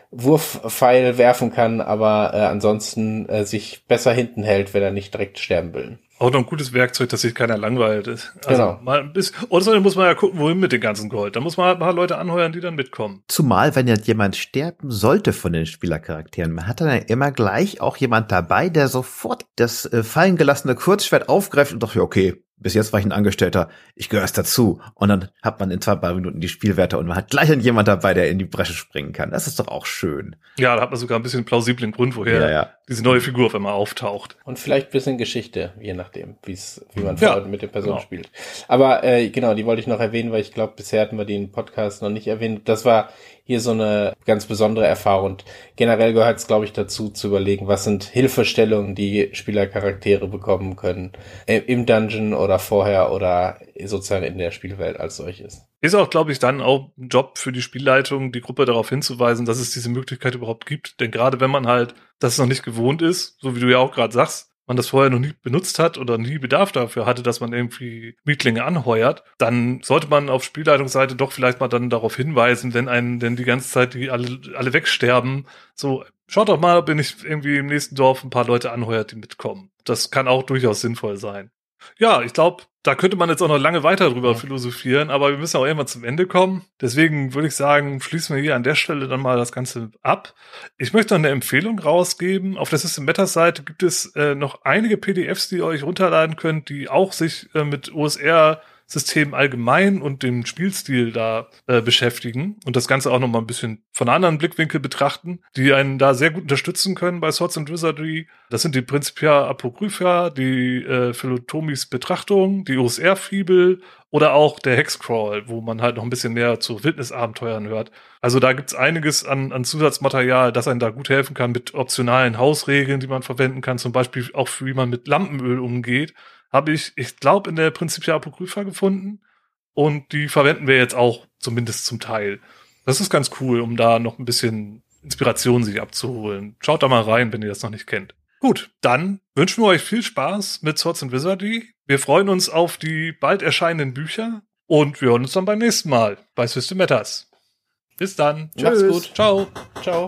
S2: Wurfpfeil werfen kann, aber ansonsten sich besser hinten hält, wenn er nicht direkt sterben will.
S1: Auch noch ein gutes Werkzeug, dass sich keiner langweilt ist. Also
S2: genau.
S1: Mal ein bisschen, oder muss man ja gucken, wohin mit dem ganzen Gold. Da muss man halt ein paar Leute anheuern, die dann mitkommen.
S3: Zumal, wenn jetzt jemand sterben sollte von den Spielercharakteren, man hat dann ja immer gleich auch jemand dabei, der sofort das fallen gelassene Kurzschwert aufgreift und sagt, ja, okay, bis jetzt war ich ein Angestellter, ich gehöre erst dazu. Und dann hat man in 2 Minuten die Spielwerte und man hat gleich jemand dabei, der in die Bresche springen kann. Das ist doch auch schön.
S1: Ja, da hat man sogar ein bisschen plausiblen Grund, woher diese neue Figur auf einmal auftaucht.
S2: Und vielleicht ein bisschen Geschichte, je nachdem, wie man vor Ort mit der Person spielt. Aber genau, die wollte ich noch erwähnen, weil ich glaube, bisher hatten wir die im Podcast noch nicht erwähnt. Das war hier so eine ganz besondere Erfahrung. Und generell gehört es, glaube ich, dazu zu überlegen, was sind Hilfestellungen, die Spielercharaktere bekommen können im Dungeon oder vorher oder sozusagen in der Spielwelt als solches.
S1: Ist auch, glaube ich, dann auch ein Job für die Spielleitung, die Gruppe darauf hinzuweisen, dass es diese Möglichkeit überhaupt gibt. Denn gerade wenn man halt das noch nicht gewohnt ist, so wie du ja auch gerade sagst, man das vorher noch nie benutzt hat oder nie Bedarf dafür hatte, dass man irgendwie Mietlinge anheuert, dann sollte man auf Spielleitungsseite doch vielleicht mal dann darauf hinweisen, wenn die ganze Zeit die alle wegsterben, so, schaut doch mal, ob ihr nicht irgendwie im nächsten Dorf ein paar Leute anheuert, die mitkommen. Das kann auch durchaus sinnvoll sein. Ja, ich glaube, da könnte man jetzt auch noch lange weiter drüber philosophieren, aber wir müssen auch irgendwann zum Ende kommen. Deswegen würde ich sagen, schließen wir hier an der Stelle dann mal das Ganze ab. Ich möchte noch eine Empfehlung rausgeben. Auf der System Matters Seite gibt es noch einige PDFs, die ihr euch runterladen könnt, die auch sich mit OSR-Systemen allgemein und dem Spielstil da beschäftigen und das Ganze auch noch mal ein bisschen von einem anderen Blickwinkel betrachten, die einen da sehr gut unterstützen können bei Swords and Wizardry. Das sind die Principia Apocrypha, die Philotomis Betrachtung, die OSR-Fibel oder auch der Hexcrawl, wo man halt noch ein bisschen mehr zu Wildnisabenteuern hört. Also da gibt's einiges an Zusatzmaterial, das einen da gut helfen kann mit optionalen Hausregeln, die man verwenden kann, zum Beispiel auch für wie man mit Lampenöl umgeht. Habe ich glaube, in der Principia Apocrypha gefunden. Und die verwenden wir jetzt auch zumindest zum Teil. Das ist ganz cool, um da noch ein bisschen Inspiration sich abzuholen. Schaut da mal rein, wenn ihr das noch nicht kennt. Gut, dann wünschen wir euch viel Spaß mit Swords and Wizardry. Wir freuen uns auf die bald erscheinenden Bücher. Und wir hören uns dann beim nächsten Mal bei System Matters. Bis dann.
S2: Macht's gut.
S1: Ciao.
S2: Ciao.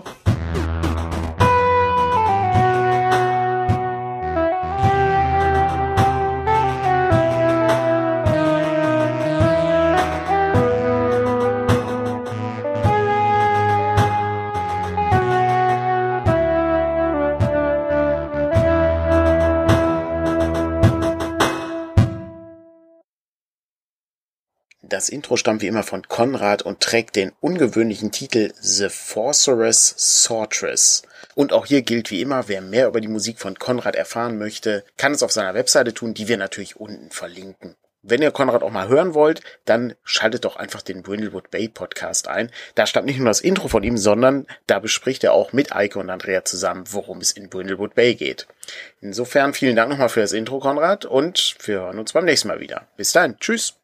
S4: Das Intro stammt wie immer von Konrad und trägt den ungewöhnlichen Titel The Sorceress Sortress. Und auch hier gilt wie immer, wer mehr über die Musik von Konrad erfahren möchte, kann es auf seiner Webseite tun, die wir natürlich unten verlinken. Wenn ihr Konrad auch mal hören wollt, dann schaltet doch einfach den Brindlewood Bay Podcast ein. Da stammt nicht nur das Intro von ihm, sondern da bespricht er auch mit Eike und Andrea zusammen, worum es in Brindlewood Bay geht. Insofern vielen Dank nochmal für das Intro, Konrad, und wir hören uns beim nächsten Mal wieder. Bis dann, tschüss!